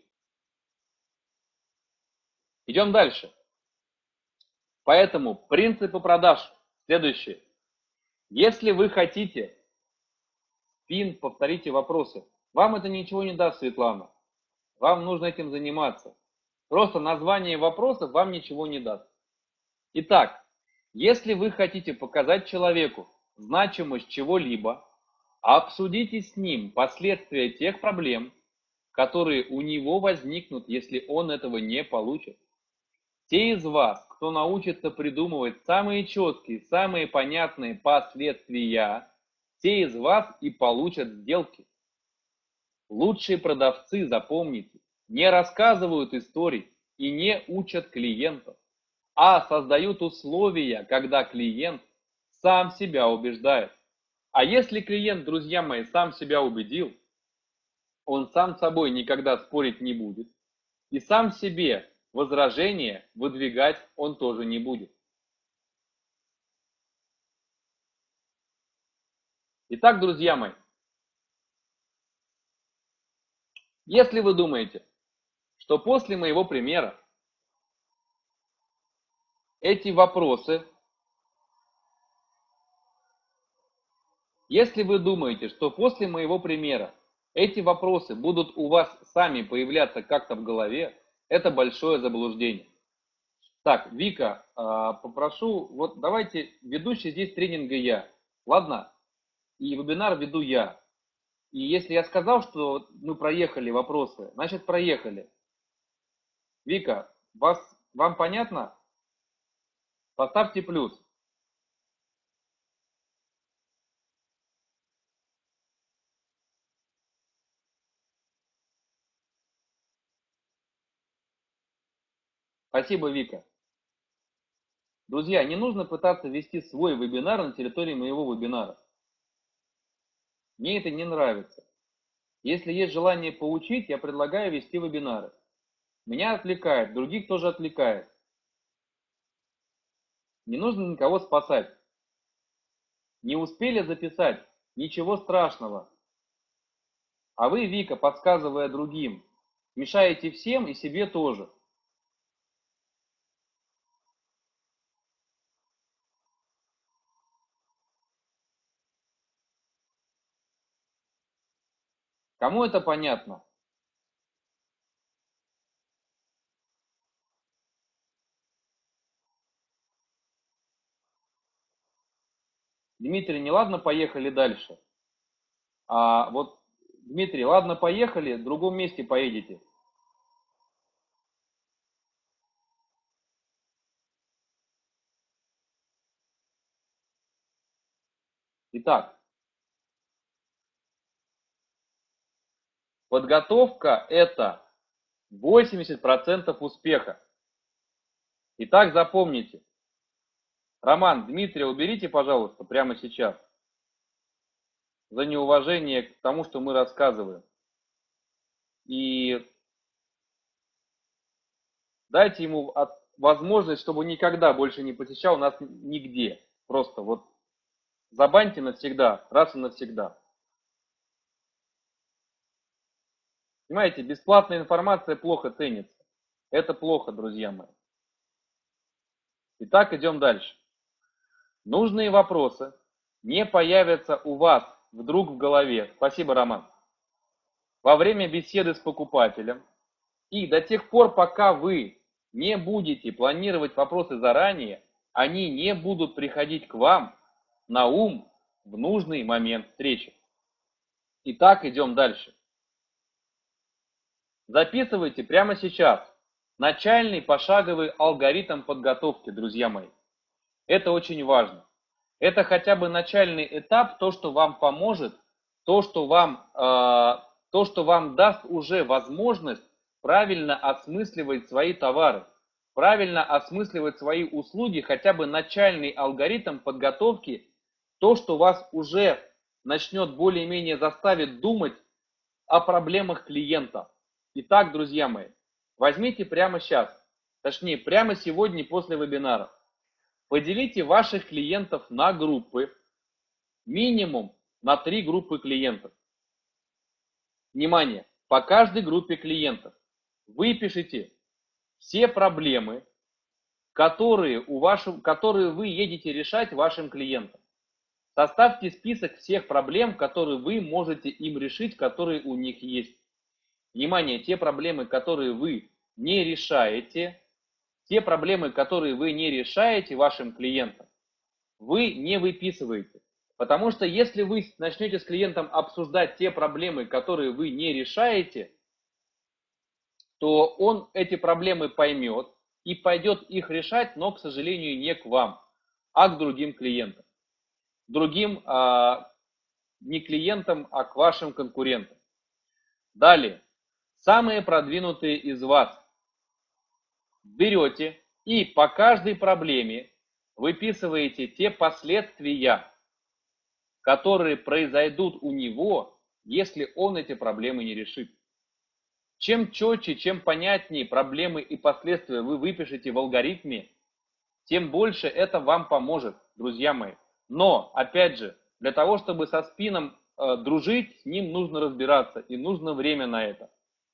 Идем дальше. Поэтому принципы продаж следующие. Если вы хотите спин, повторите вопросы. Вам это ничего не даст, Светлана. Вам нужно этим заниматься. Просто название вопросов вам ничего не даст. Итак, если вы хотите показать человеку значимость чего-либо, обсудите с ним последствия тех проблем, которые у него возникнут, если он этого не получит. Те из вас, кто научится придумывать самые четкие, самые понятные последствия, те из вас и получат сделки. Лучшие продавцы, запомните, не рассказывают историй и не учат клиентов, а создают условия, когда клиент сам себя убеждает. А если клиент, друзья мои, сам себя убедил, он сам с собой никогда спорить не будет, и сам себе возражения выдвигать он тоже не будет. Итак, друзья мои, если вы думаете, что после моего примера эти вопросы, если вы думаете, что после моего примера эти вопросы будут у вас сами появляться как-то в голове, это большое заблуждение. Так, Вика, попрошу, вот давайте, ведущий здесь тренинга я, ладно? И вебинар веду я. И если я сказал, что мы проехали вопросы, значит проехали. Вика, вас, вам понятно? Поставьте плюс. Спасибо, Вика. Друзья, не нужно пытаться вести свой вебинар на территории моего вебинара. Мне это не нравится. Если есть желание поучить, я предлагаю вести вебинары. Меня отвлекает, других тоже отвлекает. Не нужно никого спасать. Не успели записать? Ничего страшного. А вы, Вика, подсказывая другим, мешаете всем и себе тоже. Кому это понятно? Дмитрий, не ладно, поехали дальше. А вот, Дмитрий, ладно, поехали, в другом месте поедете. Итак, подготовка – это восемьдесят процентов успеха. Итак, запомните. Роман, Дмитрия, уберите, пожалуйста, прямо сейчас. За неуважение к тому, что мы рассказываем. И дайте ему возможность, чтобы никогда больше не посещал нас нигде. Просто вот забаньте навсегда, раз и навсегда. Понимаете, бесплатная информация плохо ценится. Это плохо, друзья мои. Итак, идем дальше. Нужные вопросы не появятся у вас вдруг в голове. Спасибо, Роман. Во время беседы с покупателем. И до тех пор, пока вы не будете планировать вопросы заранее, они не будут приходить к вам на ум в нужный момент встречи. Итак, идем дальше. Записывайте прямо сейчас начальный пошаговый алгоритм подготовки, друзья мои. Это очень важно. Это хотя бы начальный этап, то, что вам поможет, то, что вам, э, то, что вам даст уже возможность правильно осмысливать свои товары, правильно осмысливать свои услуги, хотя бы начальный алгоритм подготовки, то, что вас уже начнет более-менее заставить думать о проблемах клиента. Итак, друзья мои, возьмите прямо сейчас, точнее прямо сегодня после вебинара, поделите ваших клиентов на группы, минимум на три группы клиентов. Внимание, по каждой группе клиентов выпишите все проблемы, которые, у вашего, которые вы едете решать вашим клиентам. Составьте список всех проблем, которые вы можете им решить, которые у них есть. Внимание, те проблемы, которые вы не решаете, те проблемы, которые вы не решаете вашим клиентам, вы не выписываете. Потому что если вы начнете с клиентом обсуждать те проблемы, которые вы не решаете, то он эти проблемы поймет и пойдет их решать, но, к сожалению, не к вам, а к другим клиентам. Другим, а, не клиентам, а к вашим конкурентам. Далее, самые продвинутые из вас берете и по каждой проблеме выписываете те последствия, которые произойдут у него, если он эти проблемы не решит. Чем четче, чем понятнее проблемы и последствия вы выпишете в алгоритме, тем больше это вам поможет, друзья мои. Но, опять же, для того, чтобы со спином э, дружить, с ним нужно разбираться и нужно время на это.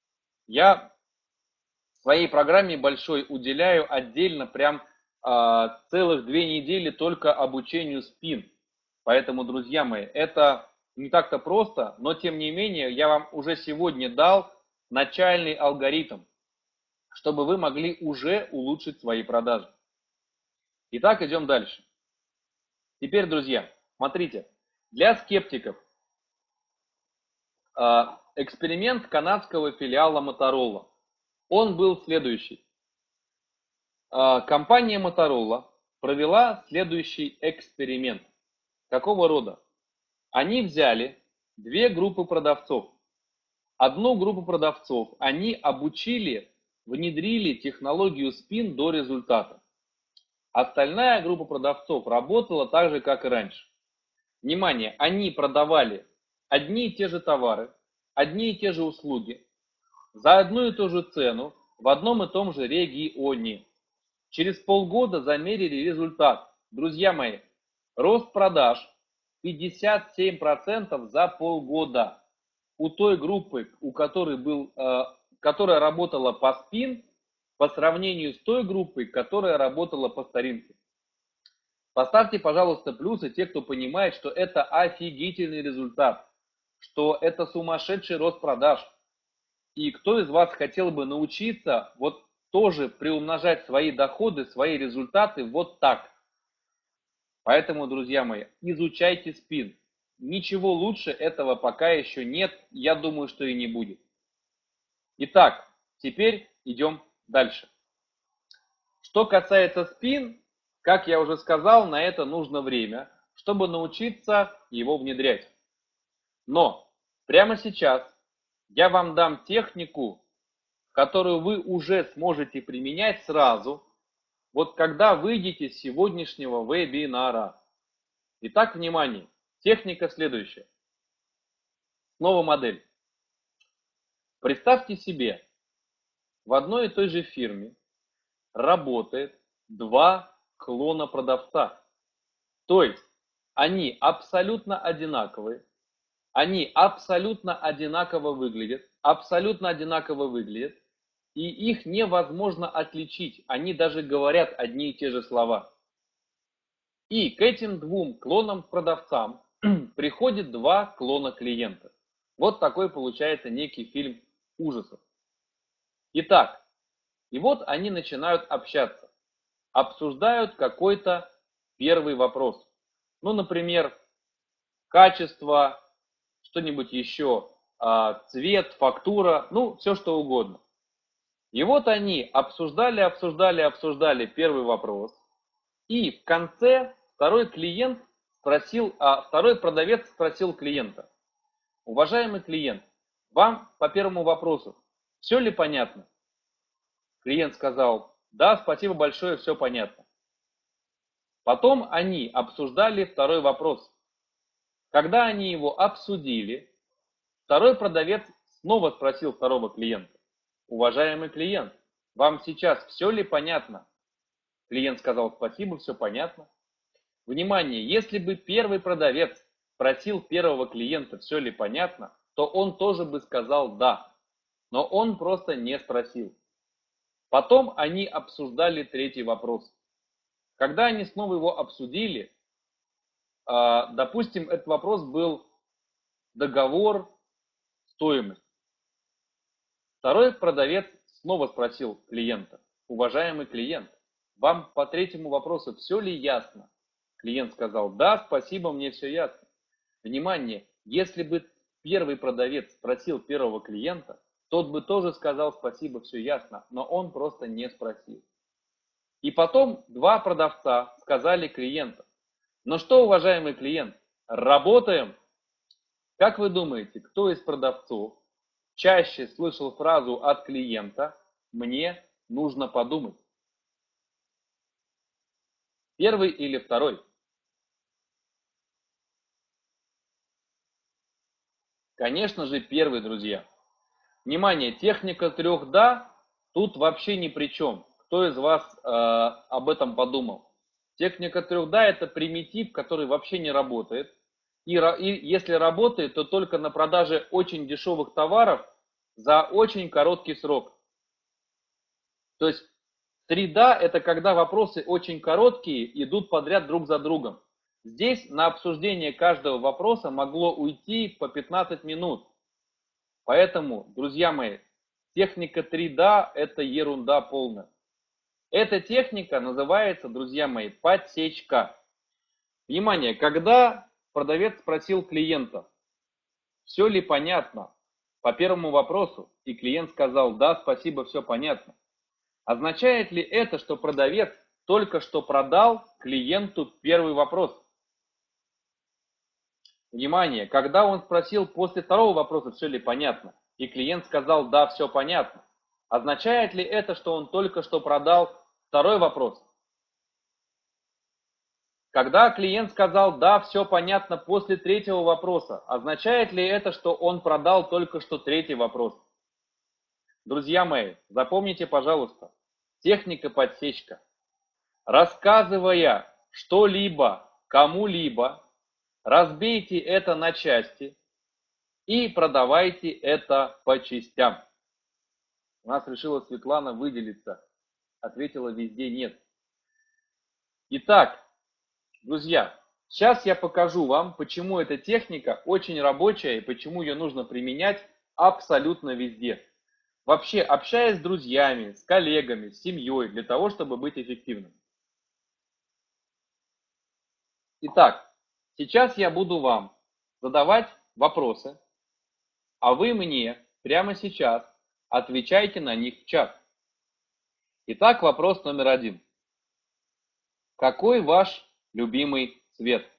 Я в своей программе большой уделяю отдельно прям э, целых две недели только обучению спин. Поэтому, друзья мои, это не так-то просто, но тем не менее я вам уже сегодня дал начальный алгоритм, чтобы вы могли уже улучшить свои продажи. Итак, идем дальше. Теперь, друзья, смотрите, для скептиков эксперимент канадского филиала Motorola, он был следующий. Компания Motorola провела следующий эксперимент. Какого рода? Они взяли две группы продавцов. Одну группу продавцов они обучили, внедрили технологию спин до результата. Остальная группа продавцов работала так же, как и раньше. Внимание, они продавали одни и те же товары, одни и те же услуги, за одну и ту же цену, в одном и том же регионе. Через полгода замерили результат. Друзья мои, рост продаж пятьдесят семь процентов за полгода. У той группы, у которой был, э, которая работала по спин, по сравнению с той группой, которая работала по старинке. Поставьте, пожалуйста, плюсы те, кто понимает, что это офигительный результат, что это сумасшедший рост продаж. И кто из вас хотел бы научиться вот тоже приумножать свои доходы, свои результаты вот так. Поэтому, друзья мои, изучайте спин. Ничего лучше этого пока еще нет, я думаю, что и не будет. Итак, теперь идем дальше. Что касается спин, как я уже сказал, на это нужно время, чтобы научиться его внедрять. Но прямо сейчас я вам дам технику, которую вы уже сможете применять сразу, вот когда выйдете с сегодняшнего вебинара. Итак, внимание, техника следующая. Снова модель. Представьте себе, в одной и той же фирме работает два клона продавца. То есть они абсолютно одинаковые, они абсолютно одинаково выглядят, абсолютно одинаково выглядят, и их невозможно отличить, они даже говорят одни и те же слова. И к этим двум клонам-продавцам приходит два клона клиента. Вот такой получается некий фильм ужасов. Итак, и вот они начинают общаться, обсуждают какой-то первый вопрос. Ну, например, качество, что-нибудь еще, цвет, фактура, ну, все что угодно. И вот они обсуждали, обсуждали, обсуждали первый вопрос. И в конце второй клиент спросил, а второй продавец спросил клиента: уважаемый клиент, вам по первому вопросу все ли понятно? Клиент сказал: да, спасибо большое, все понятно. Потом они обсуждали второй вопрос. Когда они его обсудили, второй продавец снова спросил второго клиента: уважаемый клиент, вам сейчас все ли понятно? Клиент сказал: спасибо, все понятно. Внимание, если бы первый продавец спросил первого клиента, все ли понятно, то он тоже бы сказал да, но он просто не спросил. Потом они обсуждали третий вопрос. Когда они снова его обсудили, допустим, этот вопрос был договор, стоимость. Второй продавец снова спросил клиента: уважаемый клиент, вам по третьему вопросу все ли ясно? Клиент сказал: да, спасибо, мне все ясно. Внимание, если бы первый продавец спросил первого клиента, тот бы тоже сказал: спасибо, все ясно, но он просто не спросил. И потом два продавца сказали клиенту: ну что, уважаемый клиент, работаем? Как вы думаете, кто из продавцов чаще слышал фразу от клиента: мне нужно подумать? Первый или второй? Конечно же, первый, друзья. Внимание, техника трех «да» тут вообще ни при чем. Кто из вас э, об этом подумал? Техника трех «да» – это примитив, который вообще не работает. И, и если работает, то только на продаже очень дешевых товаров за очень короткий срок. То есть три «да» – это когда вопросы очень короткие, идут подряд друг за другом. Здесь на обсуждение каждого вопроса могло уйти по пятнадцать минут. Поэтому, друзья мои, техника три «да» – это ерунда полная. Эта техника называется, друзья мои, подсечка. Внимание, когда продавец спросил клиента, все ли понятно по первому вопросу, и клиент сказал: да, спасибо, все понятно. Означает ли это, что продавец только что продал клиенту первый вопрос? Внимание, когда он спросил после второго вопроса, все ли понятно, и клиент сказал: да, все понятно, означает ли это, что он только что продал второй вопрос? Когда клиент сказал «да, все понятно» после третьего вопроса, означает ли это, что он продал только что третий вопрос? Друзья мои, запомните, пожалуйста, техника подсечка. Рассказывая что-либо кому-либо, разбейте это на части и продавайте это по частям. У нас решила Светлана выделиться. Ответила везде нет. Итак, друзья, сейчас я покажу вам, почему эта техника очень рабочая и почему ее нужно применять абсолютно везде. Вообще, общаясь с друзьями, с коллегами, с семьей, для того, чтобы быть эффективным. Итак, сейчас я буду вам задавать вопросы, а вы мне прямо сейчас отвечайте на них в чат. Итак, вопрос номер один. Какой ваш любимый цвет?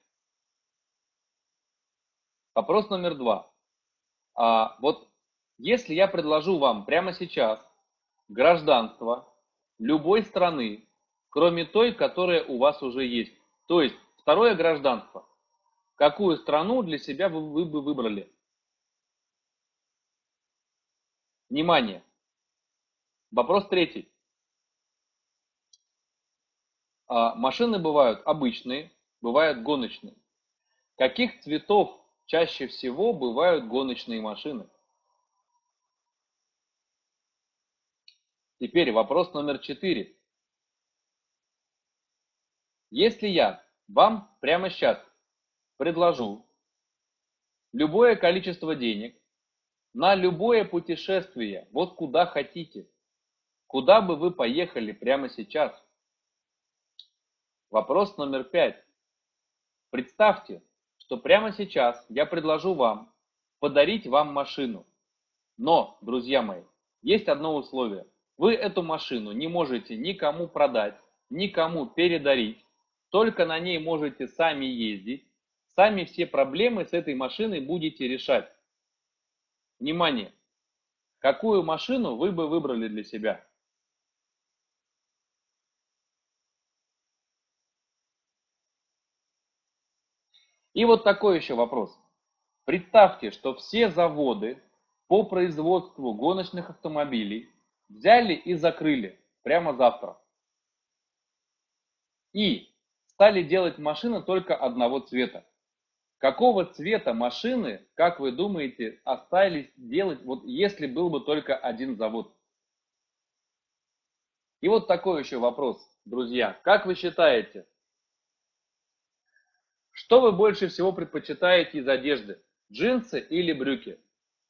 Вопрос номер два. А, вот если я предложу вам прямо сейчас гражданство любой страны, кроме той, которая у вас уже есть, то есть второе гражданство, какую страну для себя вы, вы бы выбрали? Внимание! Вопрос третий. А, машины бывают обычные, бывают гоночные. Каких цветов чаще всего бывают гоночные машины? Теперь вопрос номер четыре. Если я вам прямо сейчас предложу любое количество денег на любое путешествие, вот куда хотите, куда бы вы поехали прямо сейчас? Вопрос номер пять. Представьте, что прямо сейчас я предложу вам подарить вам машину. Но, друзья мои, есть одно условие. Вы эту машину не можете никому продать, никому передарить, только на ней можете сами ездить, сами все проблемы с этой машиной будете решать. Внимание! Какую машину вы бы выбрали для себя? И вот такой еще вопрос. Представьте, что все заводы по производству гоночных автомобилей взяли и закрыли прямо завтра. И стали делать машины только одного цвета. Какого цвета машины, как вы думаете, остались делать, вот если был бы только один завод? И вот такой еще вопрос, друзья. Как вы считаете, что вы больше всего предпочитаете из одежды? Джинсы или брюки?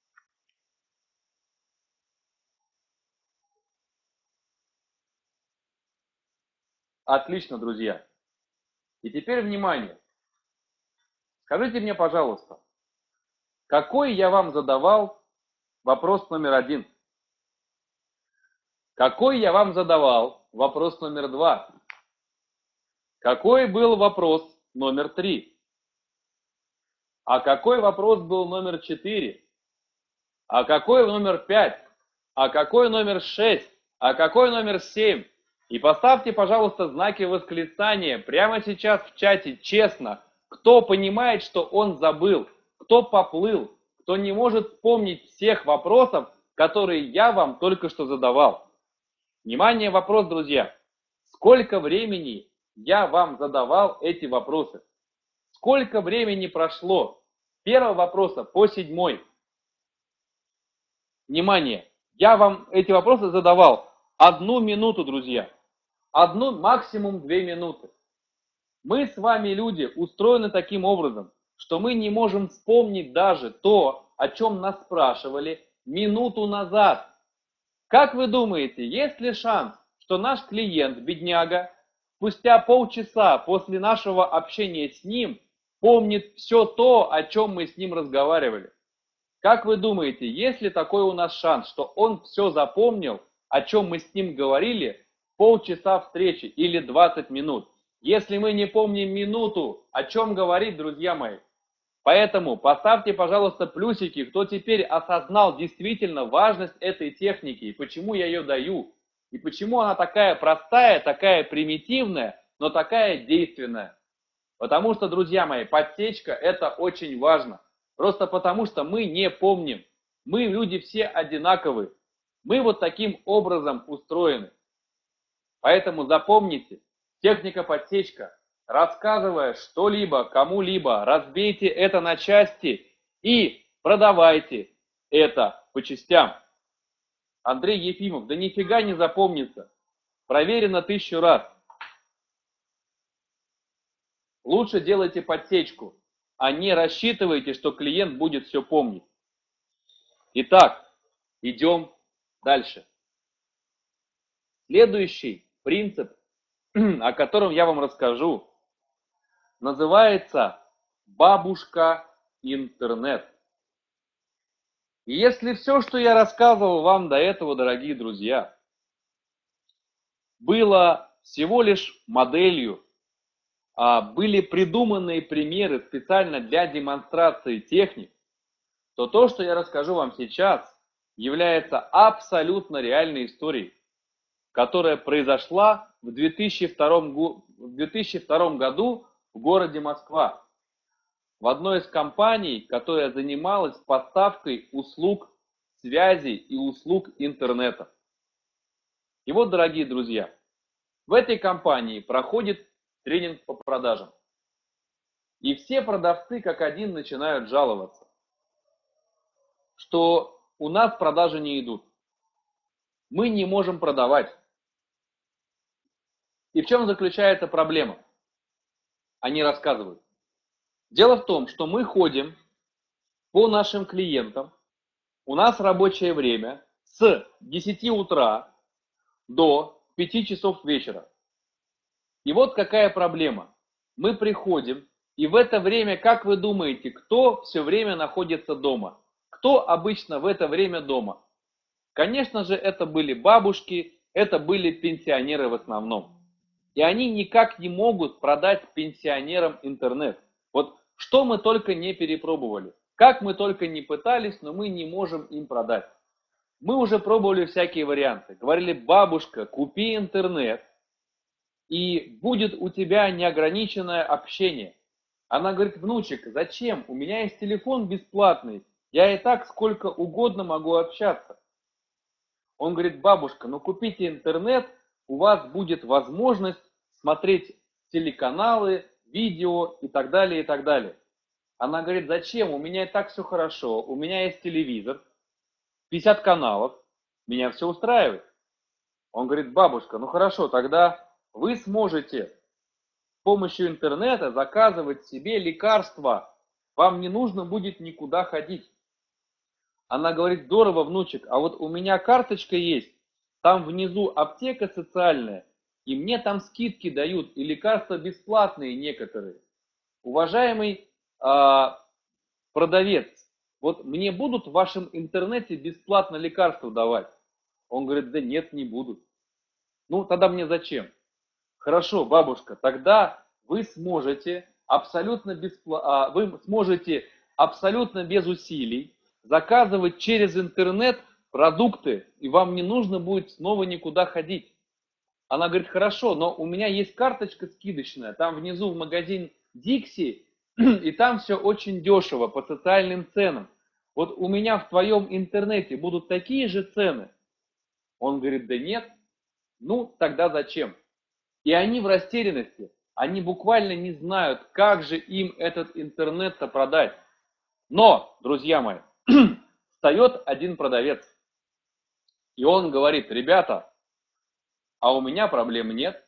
Отлично, друзья. И теперь внимание. Скажите мне, пожалуйста, какой я вам задавал вопрос номер один? Какой я вам задавал вопрос номер два? Какой был вопрос номер три? А какой вопрос был номер четыре? А какой номер пять? А какой номер шесть? А какой номер семь? И поставьте, пожалуйста, знаки восклицания прямо сейчас в чате, честно. Кто понимает, что он забыл? Кто поплыл? Кто не может вспомнить всех вопросов, которые я вам только что задавал? Внимание, вопрос, друзья. Сколько времени я вам задавал эти вопросы? Сколько времени прошло с первого вопроса по седьмой? Внимание, я вам эти вопросы задавал одну минуту, друзья. Одну, максимум две минуты. Мы с вами, люди, устроены таким образом, что мы не можем вспомнить даже то, о чем нас спрашивали минуту назад. Как вы думаете, есть ли шанс, что наш клиент, бедняга, спустя полчаса после нашего общения с ним, помнит все то, о чем мы с ним разговаривали? Как вы думаете, есть ли такой у нас шанс, что он все запомнил, о чем мы с ним говорили, полчаса встречи или двадцать минут? Если мы не помним минуту, о чем говорить, друзья мои? Поэтому поставьте, пожалуйста, плюсики, кто теперь осознал действительно важность этой техники и почему я ее даю, и почему она такая простая, такая примитивная, но такая действенная. Потому что, друзья мои, подсечка – это очень важно. Просто потому что мы не помним. Мы, люди, все одинаковые. Мы вот таким образом устроены. Поэтому запомните, техника подсечка. Рассказывая что-либо кому-либо, разбейте это на части и продавайте это по частям. Андрей Ефимов, да нифига не запомнится. Проверено тысячу раз. Лучше делайте подсечку, а не рассчитывайте, что клиент будет все помнить. Итак, идем дальше. Следующий принцип, о котором я вам расскажу, называется бабушка интернет. И если все, что я рассказывал вам до этого, дорогие друзья, было всего лишь моделью, а были придуманные примеры специально для демонстрации техник, то то, что я расскажу вам сейчас, является абсолютно реальной историей, которая произошла в две тысячи втором, в две тысячи втором году в городе Москва, в одной из компаний, которая занималась поставкой услуг связи и услуг интернета. И вот, дорогие друзья, в этой компании проходит тренинг по продажам. И все продавцы как один начинают жаловаться, что у нас продажи не идут. Мы не можем продавать. И в чем заключается проблема? Они рассказывают. Дело в том, что мы ходим по нашим клиентам, у нас рабочее время с десяти утра до пяти часов вечера. И вот какая проблема. Мы приходим, и в это время, как вы думаете, кто все время находится дома? Кто обычно в это время дома? Конечно же, это были бабушки, это были пенсионеры в основном. И они никак не могут продать пенсионерам интернет. Вот что мы только не перепробовали, как мы только не пытались, но мы не можем им продать. Мы уже пробовали всякие варианты. Говорили: бабушка, купи интернет, и будет у тебя неограниченное общение. Она говорит: внучек, зачем? У меня есть телефон бесплатный, я и так сколько угодно могу общаться. Он говорит: бабушка, ну купите интернет, у вас будет возможность смотреть телеканалы, видео и так далее, и так далее. Она говорит: зачем? У меня и так все хорошо, у меня есть телевизор, пятьдесят каналов, меня все устраивает. Он говорит: бабушка, ну хорошо, тогда вы сможете с помощью интернета заказывать себе лекарства, вам не нужно будет никуда ходить. Она говорит: здорово, внучек, а вот у меня карточка есть, там внизу аптека социальная, и мне там скидки дают, и лекарства бесплатные некоторые. Уважаемый а, продавец, вот мне будут в вашем интернете бесплатно лекарства давать? Он говорит: да нет, не будут. Ну, тогда мне зачем? Хорошо, бабушка, тогда вы сможете абсолютно, беспла... вы сможете абсолютно без усилий заказывать через интернет продукты, и вам не нужно будет снова никуда ходить. Она говорит: хорошо, но у меня есть карточка скидочная, там внизу в магазин Dixie, и там все очень дешево, по социальным ценам. Вот у меня в твоем интернете будут такие же цены? Он говорит: да нет. Ну, тогда зачем? И они в растерянности, они буквально не знают, как же им этот интернет-то продать. Но, друзья мои, встает один продавец, и он говорит: ребята, а у меня проблем нет,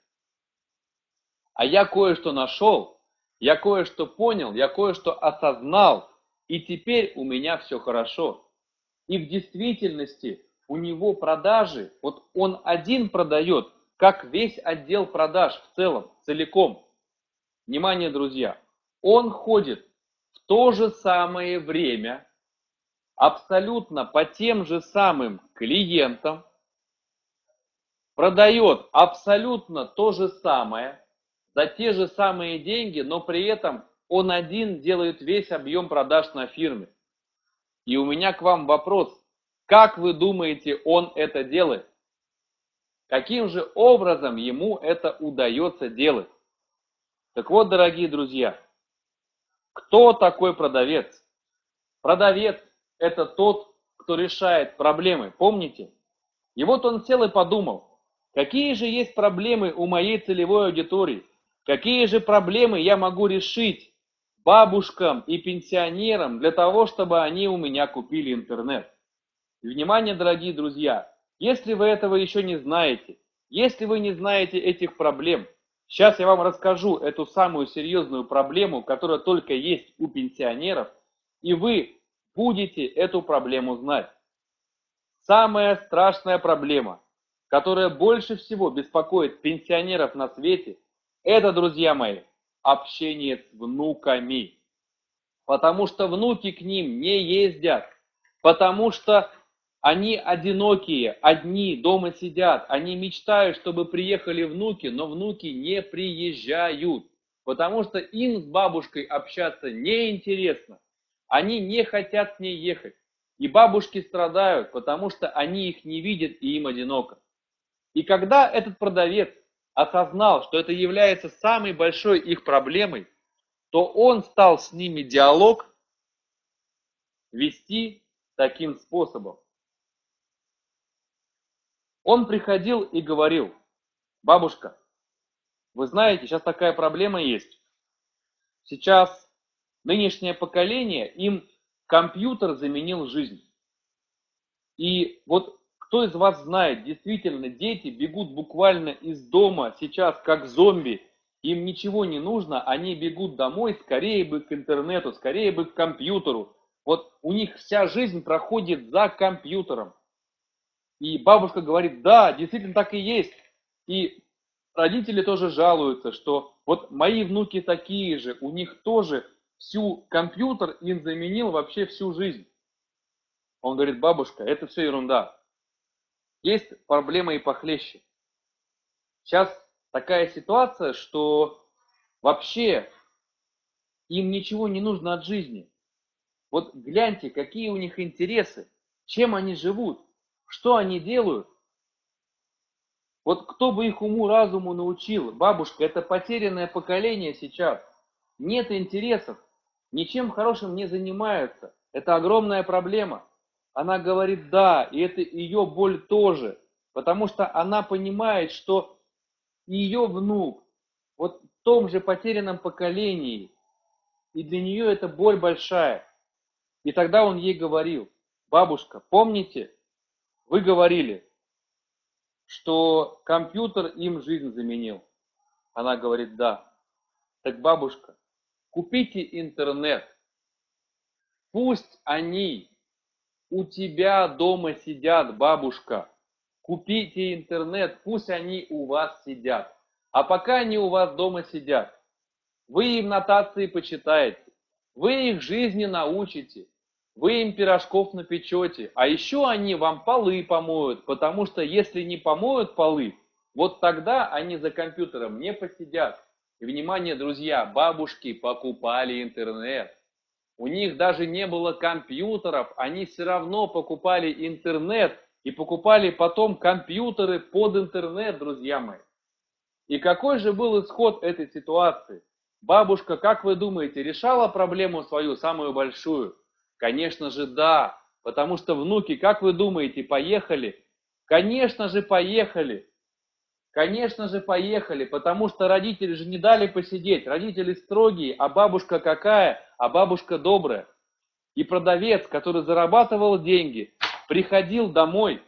а я кое-что нашел, я кое-что понял, я кое-что осознал, и теперь у меня все хорошо. И в действительности у него продажи, вот он один продает, как весь отдел продаж в целом, целиком. Внимание, друзья, он ходит в то же самое время, абсолютно по тем же самым клиентам, продает абсолютно то же самое, за те же самые деньги, но при этом он один делает весь объем продаж на фирме. И у меня к вам вопрос: как вы думаете, он это делает? Каким же образом ему это удается делать? Так вот, дорогие друзья, кто такой продавец? Продавец – это тот, кто решает проблемы, помните? И вот он сел и подумал, какие же есть проблемы у моей целевой аудитории, какие же проблемы я могу решить бабушкам и пенсионерам для того, чтобы они у меня купили интернет. И, внимание, дорогие друзья, если вы этого еще не знаете, если вы не знаете этих проблем, сейчас я вам расскажу эту самую серьезную проблему, которая только есть у пенсионеров, и вы будете эту проблему знать. Самая страшная проблема, которая больше всего беспокоит пенсионеров на свете, это, друзья мои, общение с внуками. Потому что внуки к ним не ездят, потому что они одинокие, одни дома сидят, они мечтают, чтобы приехали внуки, но внуки не приезжают, потому что им с бабушкой общаться неинтересно, они не хотят с ней ехать. И бабушки страдают, потому что они их не видят и им одиноко. И когда этот продавец осознал, что это является самой большой их проблемой, то он стал с ними диалог вести таким способом. Он приходил и говорил: бабушка, вы знаете, сейчас такая проблема есть. Сейчас нынешнее поколение, им компьютер заменил жизнь. И вот кто из вас знает, действительно, дети бегут буквально из дома сейчас как зомби, им ничего не нужно, они бегут домой, скорее бы к интернету, скорее бы к компьютеру. Вот у них вся жизнь проходит за компьютером. И бабушка говорит: да, действительно так и есть. И родители тоже жалуются, что вот мои внуки такие же, у них тоже всю компьютер им заменил вообще всю жизнь. Он говорит: бабушка, это все ерунда. Есть проблема и похлеще. Сейчас такая ситуация, что вообще им ничего не нужно от жизни. Вот гляньте, какие у них интересы, чем они живут, что они делают. Вот кто бы их уму-разуму научил? Бабушка, это потерянное поколение сейчас. Нет интересов, ничем хорошим не занимаются. Это огромная проблема. Она говорит да, и это ее боль тоже. Потому что она понимает, что ее внук вот в том же потерянном поколении. И для нее это боль большая. И тогда он ей говорил: бабушка, помните, вы говорили, что компьютер им жизнь заменил? Она говорит: да. Так, бабушка, купите интернет. Пусть они у тебя дома сидят, бабушка. Купите интернет, пусть они у вас сидят. А пока они у вас дома сидят, вы им нотации почитаете, вы их жизни научите, вы им пирожков напечете, а еще они вам полы помоют, потому что если не помоют полы, вот тогда они за компьютером не посидят. И, внимание, друзья, бабушки покупали интернет. У них даже не было компьютеров, они все равно покупали интернет и покупали потом компьютеры под интернет, друзья мои. И какой же был исход этой ситуации? Бабушка, как вы думаете, решала проблему свою, самую большую? Конечно же, да. Потому что внуки, как вы думаете, поехали? Конечно же, поехали. Конечно же, поехали, потому что родители же не дали посидеть. Родители строгие, а бабушка какая? А бабушка добрая. И продавец, который зарабатывал деньги, приходил домой,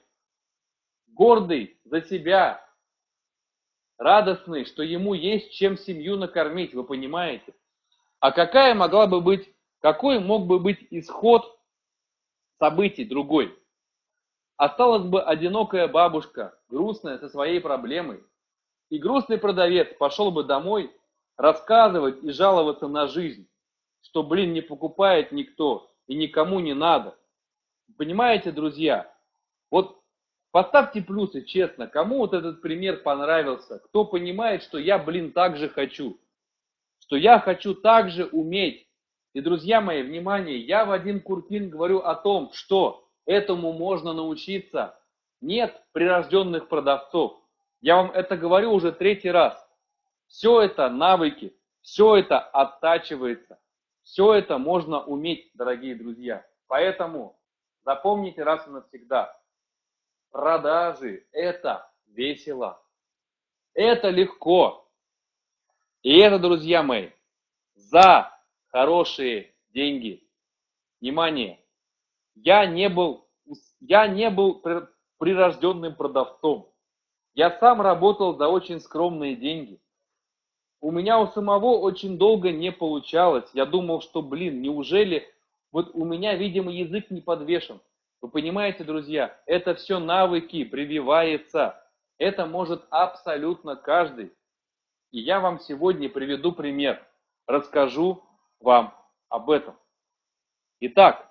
гордый за себя, радостный, что ему есть чем семью накормить, вы понимаете? А какая могла бы быть, какой мог бы быть исход событий другой? Осталась бы одинокая бабушка, грустная со своей проблемой. И грустный продавец пошел бы домой рассказывать и жаловаться на жизнь, что, блин, не покупает никто и никому не надо. Понимаете, друзья? Вот поставьте плюсы, честно, кому вот этот пример понравился, кто понимает, что я, блин, так же хочу, что я хочу так же уметь. И, друзья мои, внимание, я, Вадим Куркин, говорю о том, что этому можно научиться. Нет прирожденных продавцов. Я вам это говорю уже третий раз. Все это навыки. Все это оттачивается. Все это можно уметь, дорогие друзья. Поэтому запомните раз и навсегда. Продажи – это весело. Это легко. И это, друзья мои, за хорошие деньги. Внимание! Я не был, я не был прирожденным продавцом. Я сам работал за очень скромные деньги. У меня у самого очень долго не получалось. Я думал, что, блин, неужели вот у меня, видимо, язык не подвешен. Вы понимаете, друзья, это все навыки, прививается. Это может абсолютно каждый. И я вам сегодня приведу пример. Расскажу вам об этом. Итак,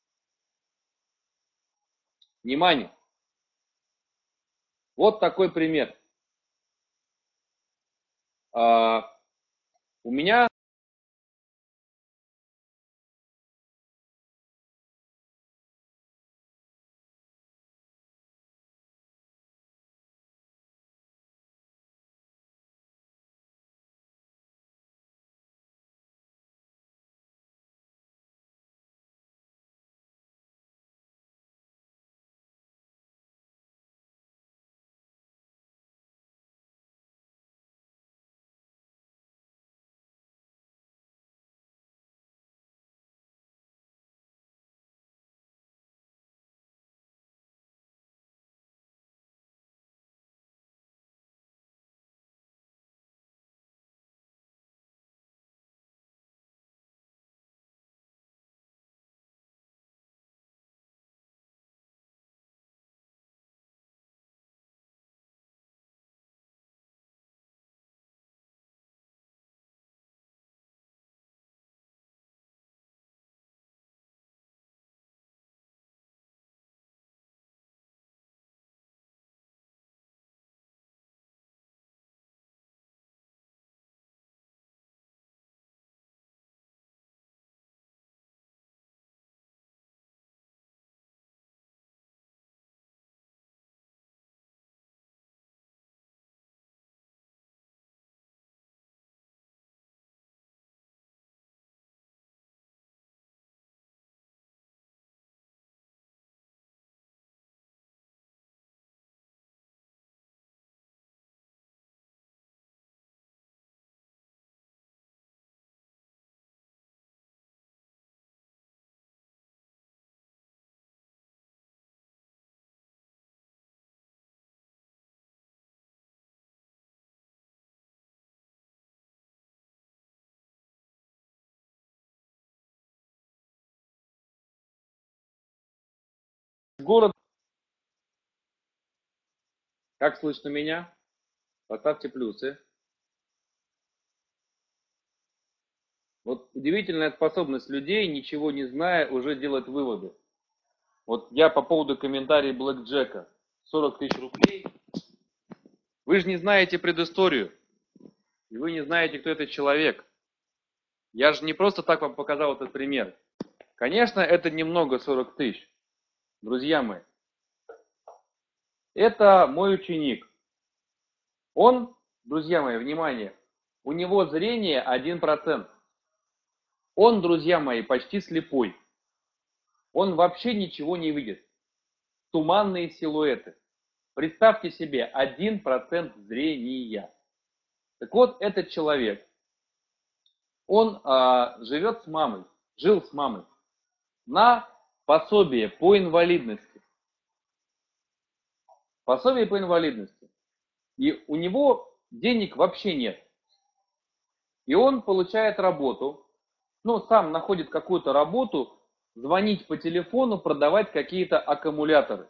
внимание. Вот такой пример. А, у меня город. Как слышно меня? Поставьте плюсы. Вот удивительная способность людей, ничего не зная, уже делать выводы. Вот я по поводу комментариев Блэк Джека. сорок тысяч рублей. Вы же не знаете предысторию. И вы не знаете, кто этот человек. Я же не просто так вам показал этот пример. Конечно, это немного сорок тысяч. Друзья мои. Это мой ученик. Он, друзья мои, внимание, у него зрение один процент. Он, друзья мои, почти слепой. Он вообще ничего не видит. Туманные силуэты. Представьте себе, один процент зрения. Так вот, этот человек, он а, живет с мамой, жил с мамой на пособие по инвалидности. Пособие по инвалидности. И у него денег вообще нет. И он получает работу, ну, сам находит какую-то работу, звонить по телефону, продавать какие-то аккумуляторы.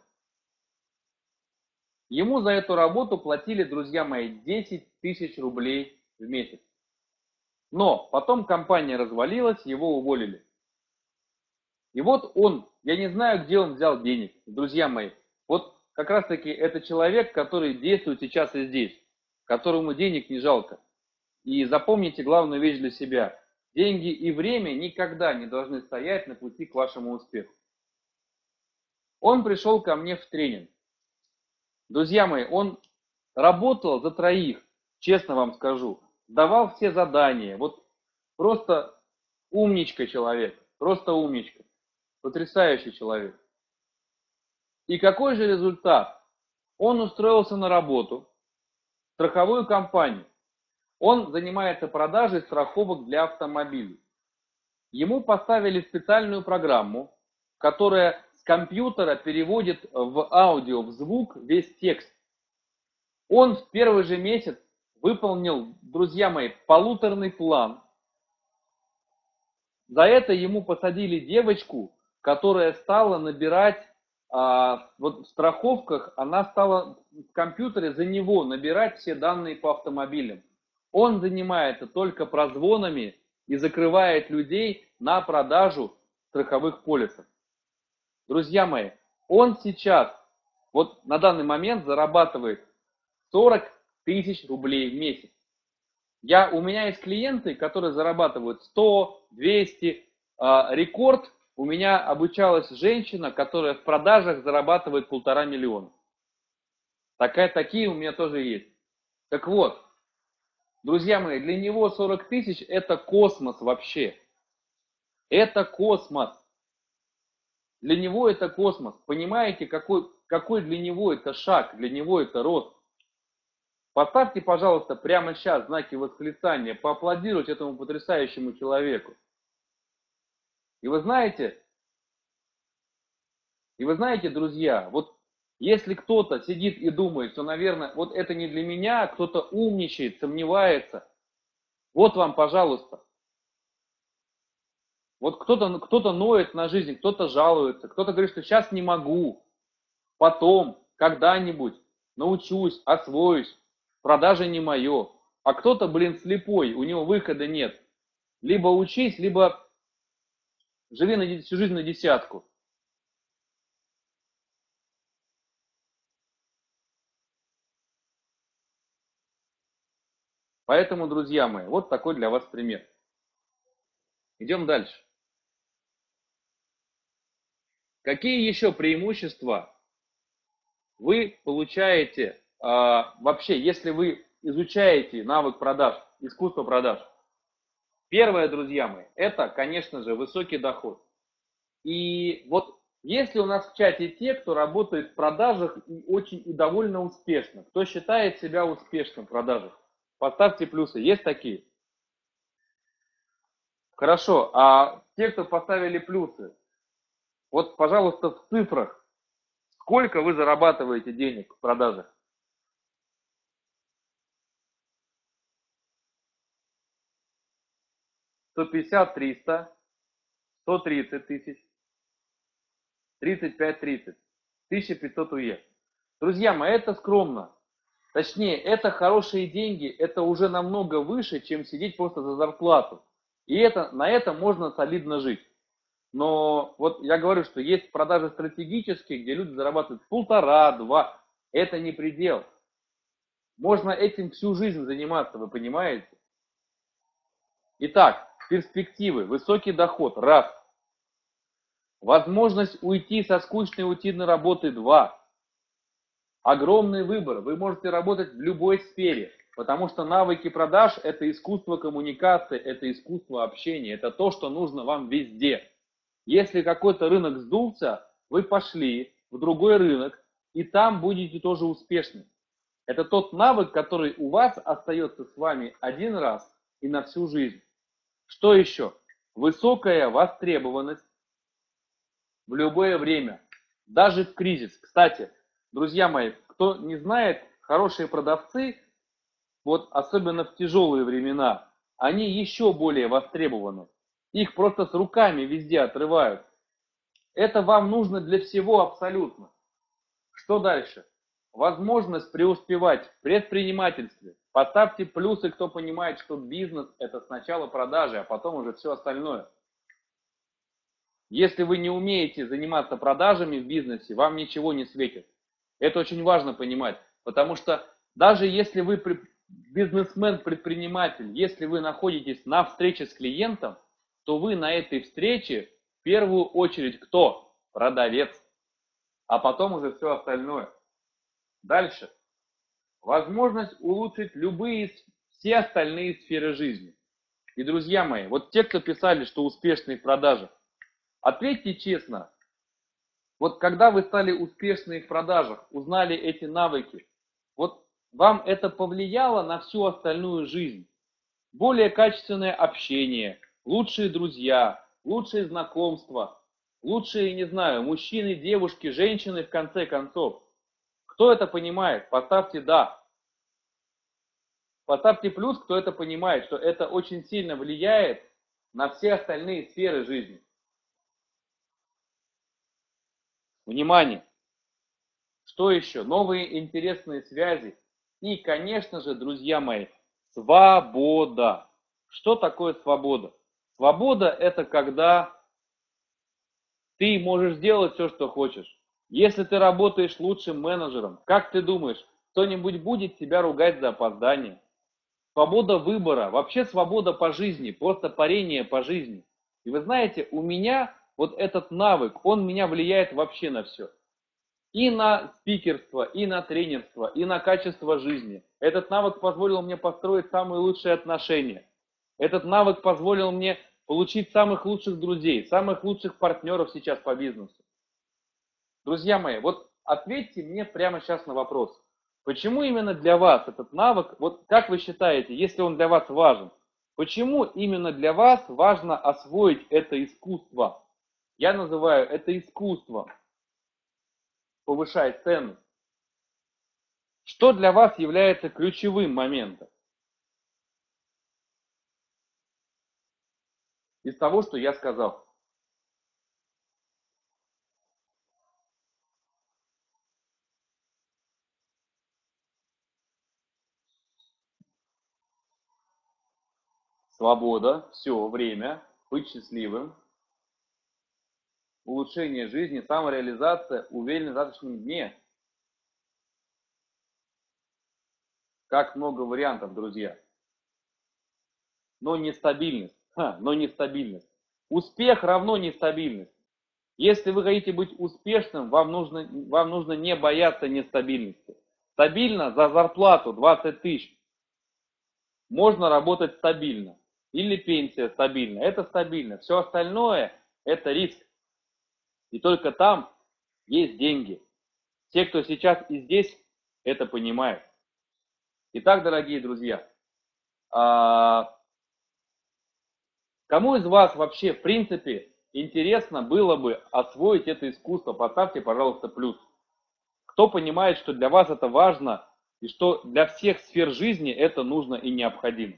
Ему за эту работу платили, друзья мои, десять тысяч рублей в месяц. Но потом компания развалилась, его уволили. И вот он, я не знаю, где он взял денег, друзья мои. Вот как раз таки это человек, который действует сейчас и здесь, которому денег не жалко. И запомните главную вещь для себя. Деньги и время никогда не должны стоять на пути к вашему успеху. Он пришел ко мне в тренинг. Друзья мои, он работал за троих, честно вам скажу. давал все задания. Вот просто умничка человек, просто умничка, потрясающий человек. И какой же результат? Он устроился на работу в страховую компанию. Он занимается продажей страховок для автомобилей. Ему поставили специальную программу, которая с компьютера переводит в аудио, в звук весь текст. Он в первый же месяц выполнил, друзья мои, полуторный план. За это ему посадили девочку, которая стала набирать, а, вот в страховках, она стала в компьютере за него набирать все данные по автомобилям. Он занимается только прозвонами и закрывает людей на продажу страховых полисов. Друзья мои, он сейчас, вот на данный момент зарабатывает сорок тысяч рублей в месяц. Я, у меня есть клиенты, которые зарабатывают сто, двести. А, рекорд, у меня обучалась женщина, которая в продажах зарабатывает полтора миллиона. Такая, такие у меня тоже есть. Так вот, друзья мои, для него сорок тысяч это космос вообще. Это космос. Для него это космос. Понимаете, какой, какой для него это шаг, для него это рост. Поставьте, пожалуйста, прямо сейчас знаки восклицания, поаплодируйте этому потрясающему человеку. И вы знаете, и вы знаете, друзья, вот если кто-то сидит и думает, что, наверное, вот это не для меня, кто-то умничает, сомневается, вот вам, пожалуйста. Вот кто-то кто-то ноет на жизнь, кто-то жалуется, кто-то говорит, что сейчас не могу, потом, когда-нибудь научусь, освоюсь, продажа не мое. А кто-то, блин, слепой, у него выхода нет. Либо учись, либо живи на, всю жизнь на десятку. Поэтому, друзья мои, вот такой для вас пример. Идем дальше. Какие еще преимущества вы получаете а, вообще, если вы изучаете навык продаж, искусство продаж? Первое, друзья мои, это, конечно же, высокий доход. И вот если у нас в чате те, кто работает в продажах и очень и довольно успешно, кто считает себя успешным в продажах, поставьте плюсы. Есть такие? Хорошо. А те, кто поставили плюсы, вот, пожалуйста, в цифрах, сколько вы зарабатываете денег в продажах? сто пятьдесят триста, сто тридцать тысяч, тридцать пять тридцать, тысяча пятьсот уе. Друзья мои, это скромно. Точнее, это хорошие деньги, это уже намного выше, чем сидеть просто за зарплату. И это, на это можно солидно жить. Но вот я говорю, что есть продажи стратегические, где люди зарабатывают полтора-два. Это не предел. Можно этим всю жизнь заниматься, вы понимаете? Итак, перспективы, высокий доход, раз. Возможность уйти со скучной рутинной работы, два. Огромный выбор, вы можете работать в любой сфере, потому что навыки продаж – это искусство коммуникации, это искусство общения, это то, что нужно вам везде. Если какой-то рынок сдулся, вы пошли в другой рынок, и там будете тоже успешны. Это тот навык, который у вас остается с вами один раз и на всю жизнь. Что еще? Высокая востребованность в любое время, даже в кризис. Кстати, друзья мои, кто не знает, хорошие продавцы, вот особенно в тяжелые времена, они еще более востребованы. Их просто с руками везде отрывают. Это вам нужно для всего абсолютно. Что дальше? Возможность преуспевать в предпринимательстве. Поставьте плюсы, кто понимает, что бизнес это сначала продажи, а потом уже все остальное. Если вы не умеете заниматься продажами в бизнесе, вам ничего не светит. Это очень важно понимать, потому что даже если вы бизнесмен, предприниматель, если вы находитесь на встрече с клиентом, то вы на этой встрече в первую очередь кто? Продавец, а потом уже все остальное. Дальше. Возможность улучшить любые все остальные сферы жизни. И, друзья мои, вот те, кто писали, что успешные в продажах, ответьте честно, вот когда вы стали успешны в продажах, узнали эти навыки, вот вам это повлияло на всю остальную жизнь? Более качественное общение, лучшие друзья, лучшие знакомства, лучшие, не знаю, мужчины, девушки, женщины в конце концов. Кто это понимает? Поставьте «да». Поставьте плюс, кто это понимает, что это очень сильно влияет на все остальные сферы жизни. Внимание! Что еще? Новые интересные связи. И, конечно же, друзья мои, свобода. Что такое свобода? Свобода – это когда ты можешь делать все, что хочешь. Если ты работаешь лучшим менеджером, как ты думаешь, кто-нибудь будет тебя ругать за опоздание? Свобода выбора, вообще свобода по жизни, просто парение по жизни. И вы знаете, у меня вот этот навык, он меня влияет вообще на все. И на спикерство, и на тренерство, и на качество жизни. Этот навык позволил мне построить самые лучшие отношения. Этот навык позволил мне получить самых лучших друзей, самых лучших партнеров сейчас по бизнесу. Друзья мои, вот ответьте мне прямо сейчас на вопрос. Почему именно для вас этот навык, вот как вы считаете, если он для вас важен, почему именно для вас важно освоить это искусство? Я называю это искусством. Повышать ценность. Что для вас является ключевым моментом из того, что я сказал? Свобода, все, время, быть счастливым, улучшение жизни, самореализация, уверенность в завтрашнем дне. Как много вариантов, друзья. Но нестабильность. Ха, но нестабильность. Успех равно нестабильность. Если вы хотите быть успешным, вам нужно, вам нужно не бояться нестабильности. Стабильно за зарплату двадцать тысяч можно работать стабильно. Или пенсия стабильна. Это стабильно. Все остальное это риск. И только там есть деньги. Те, кто сейчас и здесь, это понимают. Итак, дорогие друзья, а, кому из вас вообще, в принципе, интересно было бы освоить это искусство? Поставьте, пожалуйста, плюс. Кто понимает, что для вас это важно и что для всех сфер жизни это нужно и необходимо?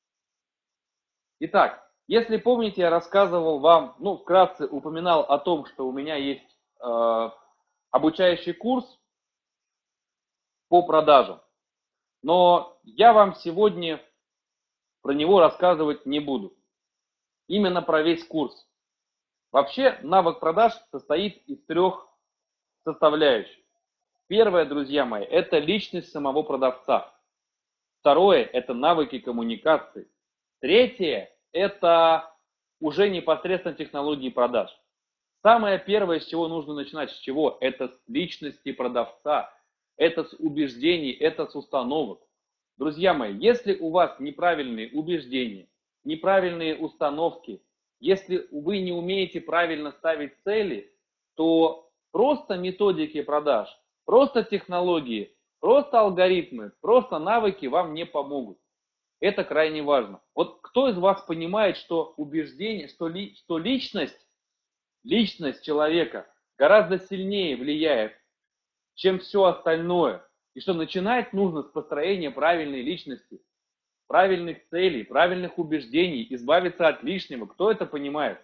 Итак, если помните, я рассказывал вам, ну, вкратце упоминал о том, что у меня есть э, обучающий курс по продажам. Но я вам сегодня про него рассказывать не буду. Именно про весь курс. Вообще, навык продаж состоит из трех составляющих. Первое, друзья мои, это личность самого продавца. Второе, это навыки коммуникации. Третье, это уже непосредственно технологии продаж. Самое первое, с чего нужно начинать, с чего? Это с личности продавца, это с убеждений, это с установок. Друзья мои, если у вас неправильные убеждения, неправильные установки, если вы не умеете правильно ставить цели, то просто методики продаж, просто технологии, просто алгоритмы, просто навыки вам не помогут. Это крайне важно. Вот кто из вас понимает, что убеждение, что, ли, что личность, личность человека гораздо сильнее влияет, чем все остальное, и что начинать нужно с построения правильной личности, правильных целей, правильных убеждений, избавиться от лишнего. Кто это понимает?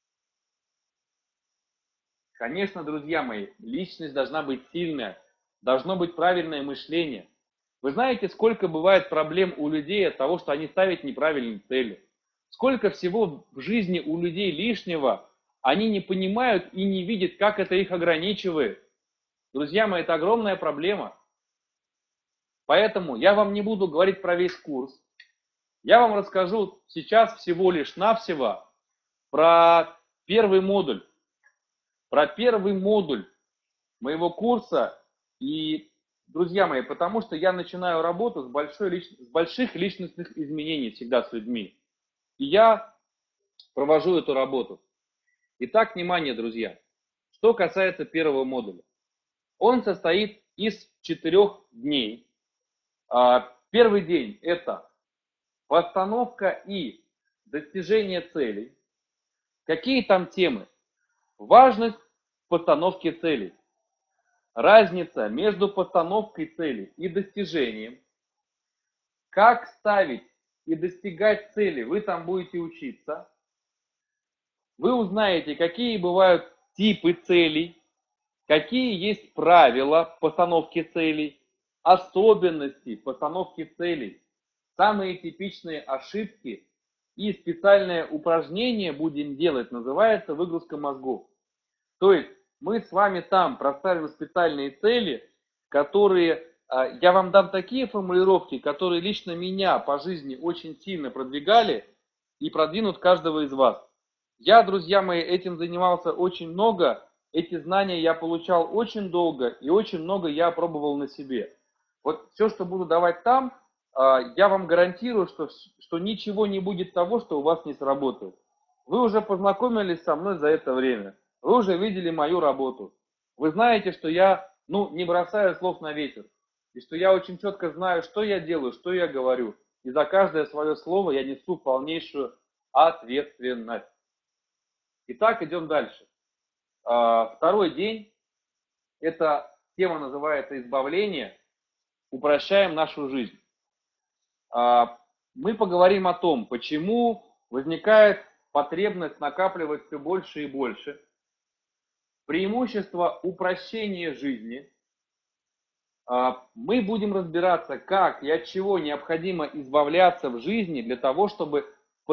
Конечно, друзья мои, личность должна быть сильная, должно быть правильное мышление. Вы знаете, сколько бывает проблем у людей от того, что они ставят неправильные цели? Сколько всего в жизни у людей лишнего, они не понимают и не видят, как это их ограничивает. Друзья мои, это огромная проблема. Поэтому я вам не буду говорить про весь курс. Я вам расскажу сейчас всего лишь навсего про первый модуль. Про первый модуль моего курса. И друзья мои, потому что я начинаю работу с, большой лич... с больших личностных изменений всегда с людьми. И я провожу эту работу. Итак, внимание, друзья. Что касается первого модуля. Он состоит из четырех дней. Первый день – это постановка и достижение целей. Какие там темы? Важность постановки целей. Разница между постановкой целей и достижением. Как ставить и достигать цели, вы там будете учиться. Вы узнаете, какие бывают типы целей, какие есть правила постановки целей, особенности постановки целей, самые типичные ошибки и специальное упражнение будем делать, называется выгрузка мозгов. То есть мы с вами там проставим специальные цели, которые, я вам дам такие формулировки, которые лично меня по жизни очень сильно продвигали и продвинут каждого из вас. Я, друзья мои, этим занимался очень много, эти знания я получал очень долго и очень много я пробовал на себе. Вот все, что буду давать там, я вам гарантирую, что, что ничего не будет того, что у вас не сработает. Вы уже познакомились со мной за это время. Вы уже видели мою работу. Вы знаете, что я, ну, не бросаю слов на ветер. И что я очень четко знаю, что я делаю, что я говорю. И за каждое свое слово я несу полнейшую ответственность. Итак, идем дальше. Второй день. Эта тема называется «Избавление». Упрощаем нашу жизнь. Мы поговорим о том, почему возникает потребность накапливать все больше и больше. Преимущество упрощения жизни. Мы будем разбираться, как и от чего необходимо избавляться в жизни для того, чтобы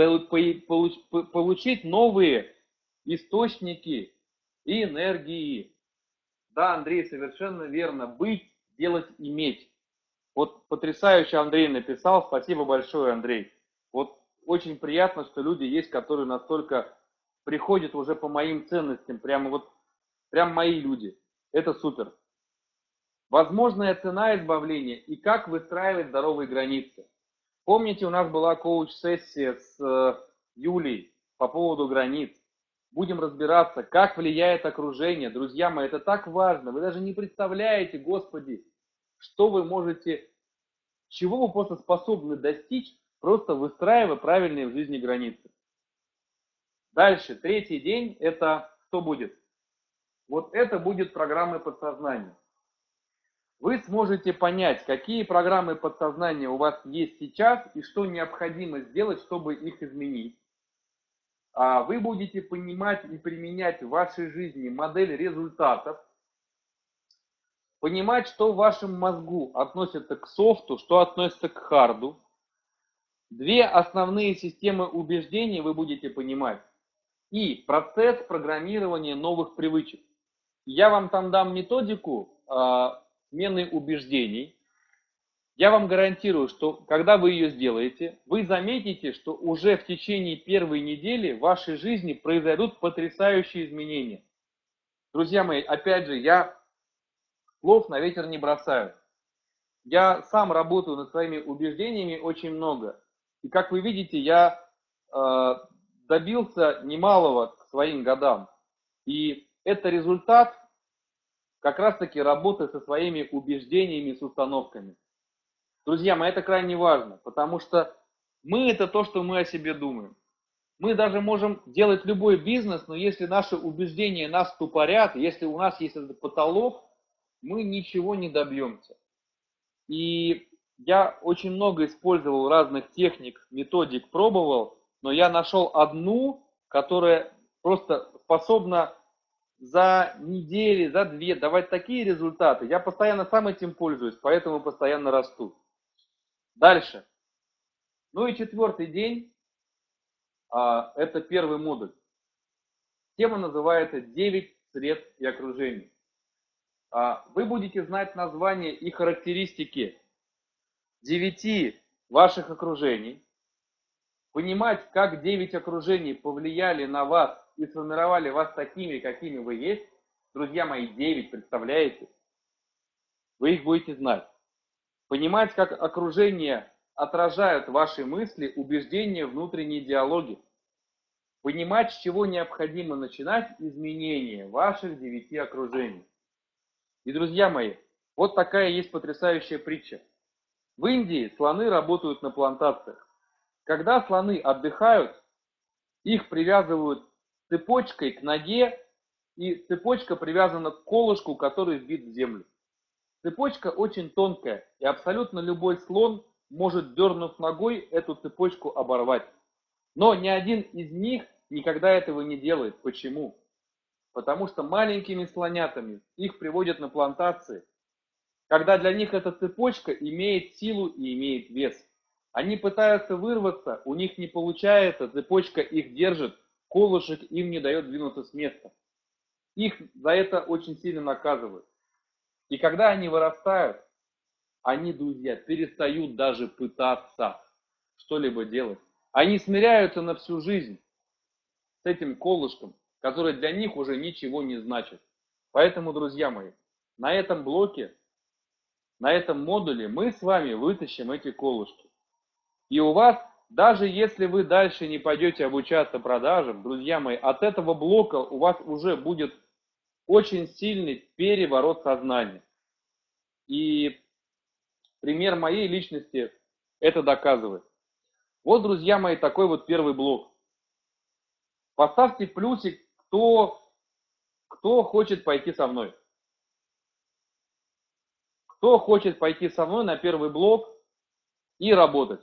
получить новые источники энергии. Да, Андрей, совершенно верно. Быть, делать, иметь. Вот потрясающе Андрей написал. Спасибо большое, Андрей. Вот очень приятно, что люди есть, которые настолько приходят уже по моим ценностям. Прямо вот, прям мои люди. Это супер. Возможная цена избавления и как выстраивать здоровые границы. Помните, у нас была коуч-сессия с Юлей по поводу границ. Будем разбираться, как влияет окружение. Друзья мои, это так важно. Вы даже не представляете, Господи, что вы можете, чего вы просто способны достичь, просто выстраивая правильные в жизни границы. Дальше, третий день, это что будет? Вот это будет программы подсознания. Вы сможете понять, какие программы подсознания у вас есть сейчас и что необходимо сделать, чтобы их изменить. Вы будете понимать и применять в вашей жизни модель результатов, понимать, что в вашем мозгу относится к софту, что относится к харду. Две основные системы убеждений вы будете понимать и процесс программирования новых привычек. Я вам там дам методику смены убеждений. Я вам гарантирую, что когда вы ее сделаете, вы заметите, что уже в течение первой недели в вашей жизни произойдут потрясающие изменения. Друзья мои, опять же, я слов на ветер не бросаю. Я сам работаю над своими убеждениями очень много. И как вы видите, я э, добился немалого к своим годам. И это результат как раз-таки работы со своими убеждениями, с установками. Друзья мои, это крайне важно, потому что мы это то, что мы о себе думаем. Мы даже можем делать любой бизнес, но если наши убеждения нас ступорят, если у нас есть этот потолок, мы ничего не добьемся. И я очень много использовал разных техник, методик, пробовал, но я нашел одну, которая просто способна за недели, за две давать такие результаты. Я постоянно сам этим пользуюсь, поэтому постоянно расту. Дальше. Ну и четвертый день, а, это первый модуль. Тема называется «девять сред и окружений». А, вы будете знать название и характеристики девяти ваших окружений, понимать, как девять окружений повлияли на вас и сформировали вас такими, какими вы есть. Друзья мои, девять, представляете? Вы их будете знать. Понимать, как окружение отражает ваши мысли, убеждения, внутренние диалоги. Понимать, с чего необходимо начинать изменения ваших девяти окружений. И, друзья мои, вот такая есть потрясающая притча. В Индии слоны работают на плантациях. Когда слоны отдыхают, их привязывают цепочкой к ноге, и цепочка привязана к колышку, который вбит в землю. Цепочка очень тонкая, и абсолютно любой слон может, дернув ногой, эту цепочку оборвать. Но ни один из них никогда этого не делает. Почему? Потому что маленькими слонятами их приводят на плантации, когда для них эта цепочка имеет силу и имеет вес. Они пытаются вырваться, у них не получается, цепочка их держит, колышек им не дает двинуться с места. Их за это очень сильно наказывают. И когда они вырастают, они, друзья, перестают даже пытаться что-либо делать. Они смиряются на всю жизнь с этим колышком, который для них уже ничего не значит. Поэтому, друзья мои, на этом блоке, на этом модуле мы с вами вытащим эти колышки. И у вас, даже если вы дальше не пойдете обучаться продажам, друзья мои, от этого блока у вас уже будет очень сильный переворот сознания. И пример моей личности это доказывает. Вот, друзья мои, такой вот первый блок. Поставьте плюсик, кто, кто хочет пойти со мной. Кто хочет пойти со мной на первый блок и работать.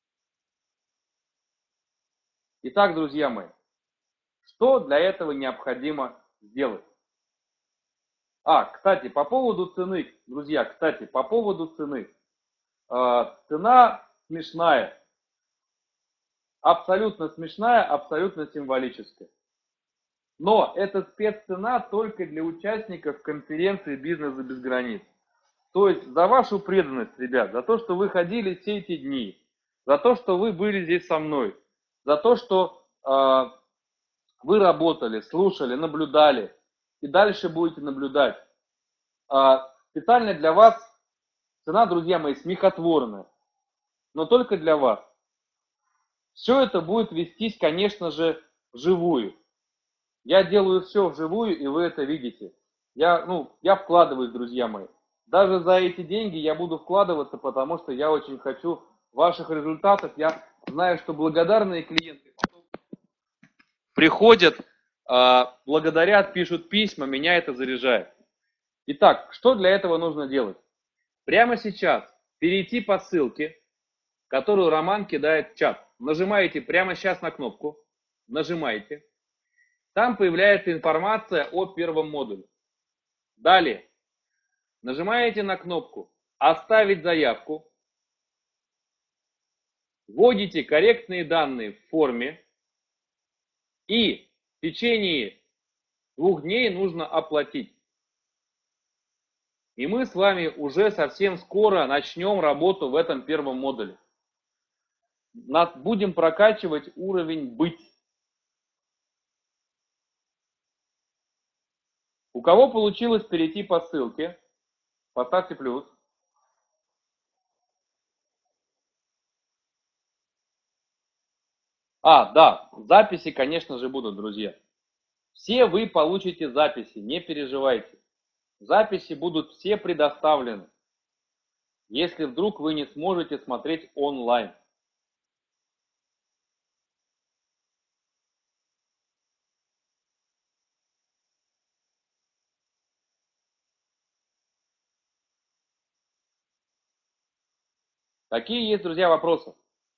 Итак, друзья мои, что для этого необходимо сделать? А, кстати, по поводу цены, друзья, кстати, по поводу цены. Э, цена смешная. Абсолютно смешная, абсолютно символическая. Но это спеццена только для участников конференции «Бизнеса без границ». То есть за вашу преданность, ребят, за то, что вы ходили все эти дни, за то, что вы были здесь со мной, за то, что э, вы работали, слушали, наблюдали и дальше будете наблюдать. Э, специально для вас цена, друзья мои, смехотворная, но только для вас. Все это будет вестись, конечно же, вживую. Я делаю все вживую, и вы это видите. Я, ну, я вкладываюсь, друзья мои. Даже за эти деньги я буду вкладываться, потому что я очень хочу ваших результатов. Я знаю, что благодарные клиенты приходят, благодарят, пишут письма, меня это заряжает. Итак, что для этого нужно делать? Прямо сейчас перейти по ссылке, которую Роман кидает в чат. Нажимаете прямо сейчас на кнопку, нажимаете. Там появляется информация о первом модуле. Далее нажимаете на кнопку «Оставить заявку», вводите корректные данные в форме и в течение двух дней нужно оплатить. И мы с вами уже совсем скоро начнем работу в этом первом модуле. Нас будем прокачивать уровень «Быть». У кого получилось перейти по ссылке, поставьте плюс. А, да, записи, конечно же, будут, друзья. Все вы получите записи, не переживайте. Записи будут все предоставлены, если вдруг вы не сможете смотреть онлайн. Какие есть, друзья, вопросы?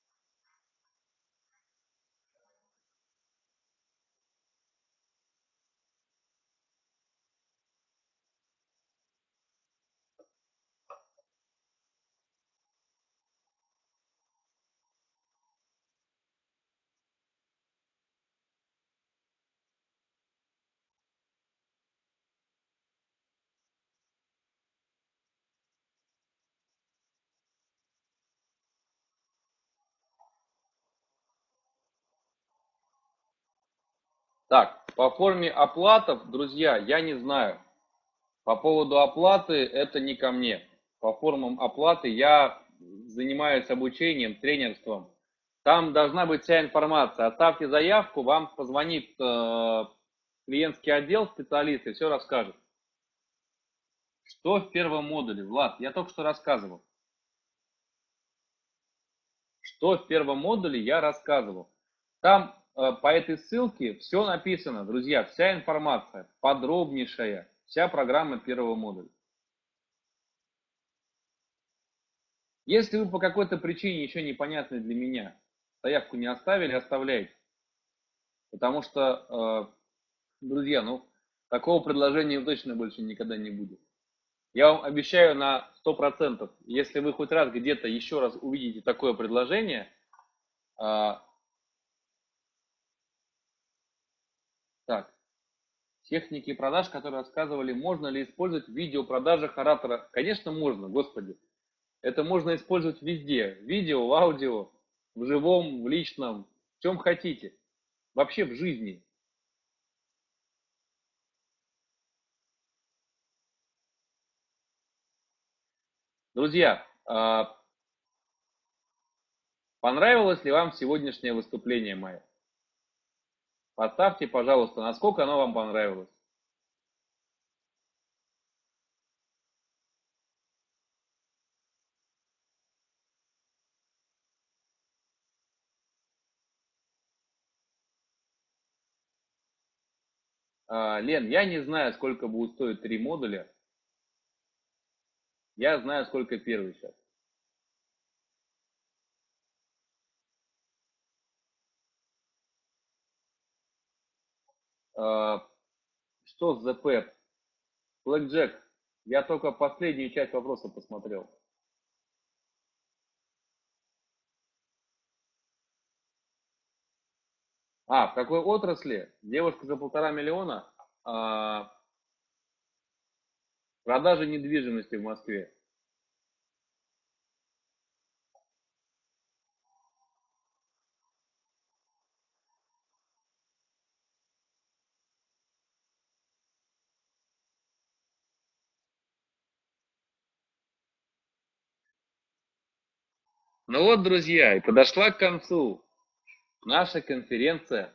Так, по форме оплатов, друзья, я не знаю. По поводу оплаты это не ко мне. по формам оплаты. Я занимаюсь обучением, тренерством. Там должна быть вся информация. Оставьте заявку, вам позвонит э, клиентский отдел, специалист, и все расскажет. Что в первом модуле, Влад? Я только что рассказывал. Что в первом модуле я рассказывал. Там э, по этой ссылке все написано, друзья, вся информация, подробнейшая, вся программа первого модуля. Если вы по какой-то причине еще непонятной для меня заявку не оставили, оставляйте. Потому что, э, друзья, ну, такого предложения точно больше никогда не будет. Я вам обещаю на сто процентов, если вы хоть раз где-то еще раз увидите такое предложение, э, так, техники продаж, которые рассказывали, можно ли использовать в видеопродажах оратора. Конечно, можно, господи. Это можно использовать везде. В видео, в аудио, в живом, в личном, в чем хотите. Вообще в жизни. Друзья, понравилось ли вам сегодняшнее выступление мое? Поставьте, пожалуйста, насколько оно вам понравилось. Лен, я не знаю, сколько будет стоить три модуля. Я знаю, сколько первый сейчас. Что с ЗП? Блэк Джек, я только последнюю часть вопроса посмотрел. А, в какой отрасли? Девушка за полтора миллиона? А, продажи недвижимости в Москве. Ну вот, друзья, и подошла к концу наша конференция,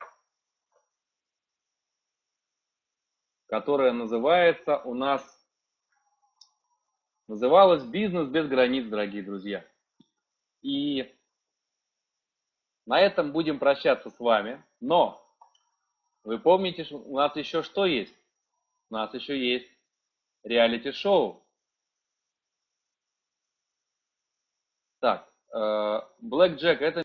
которая называется у нас, называлась «Бизнес без границ», дорогие друзья. И на этом будем прощаться с вами. Но вы помните, что у нас еще что есть? У нас еще есть реалити-шоу. Так, Блэк Джек, это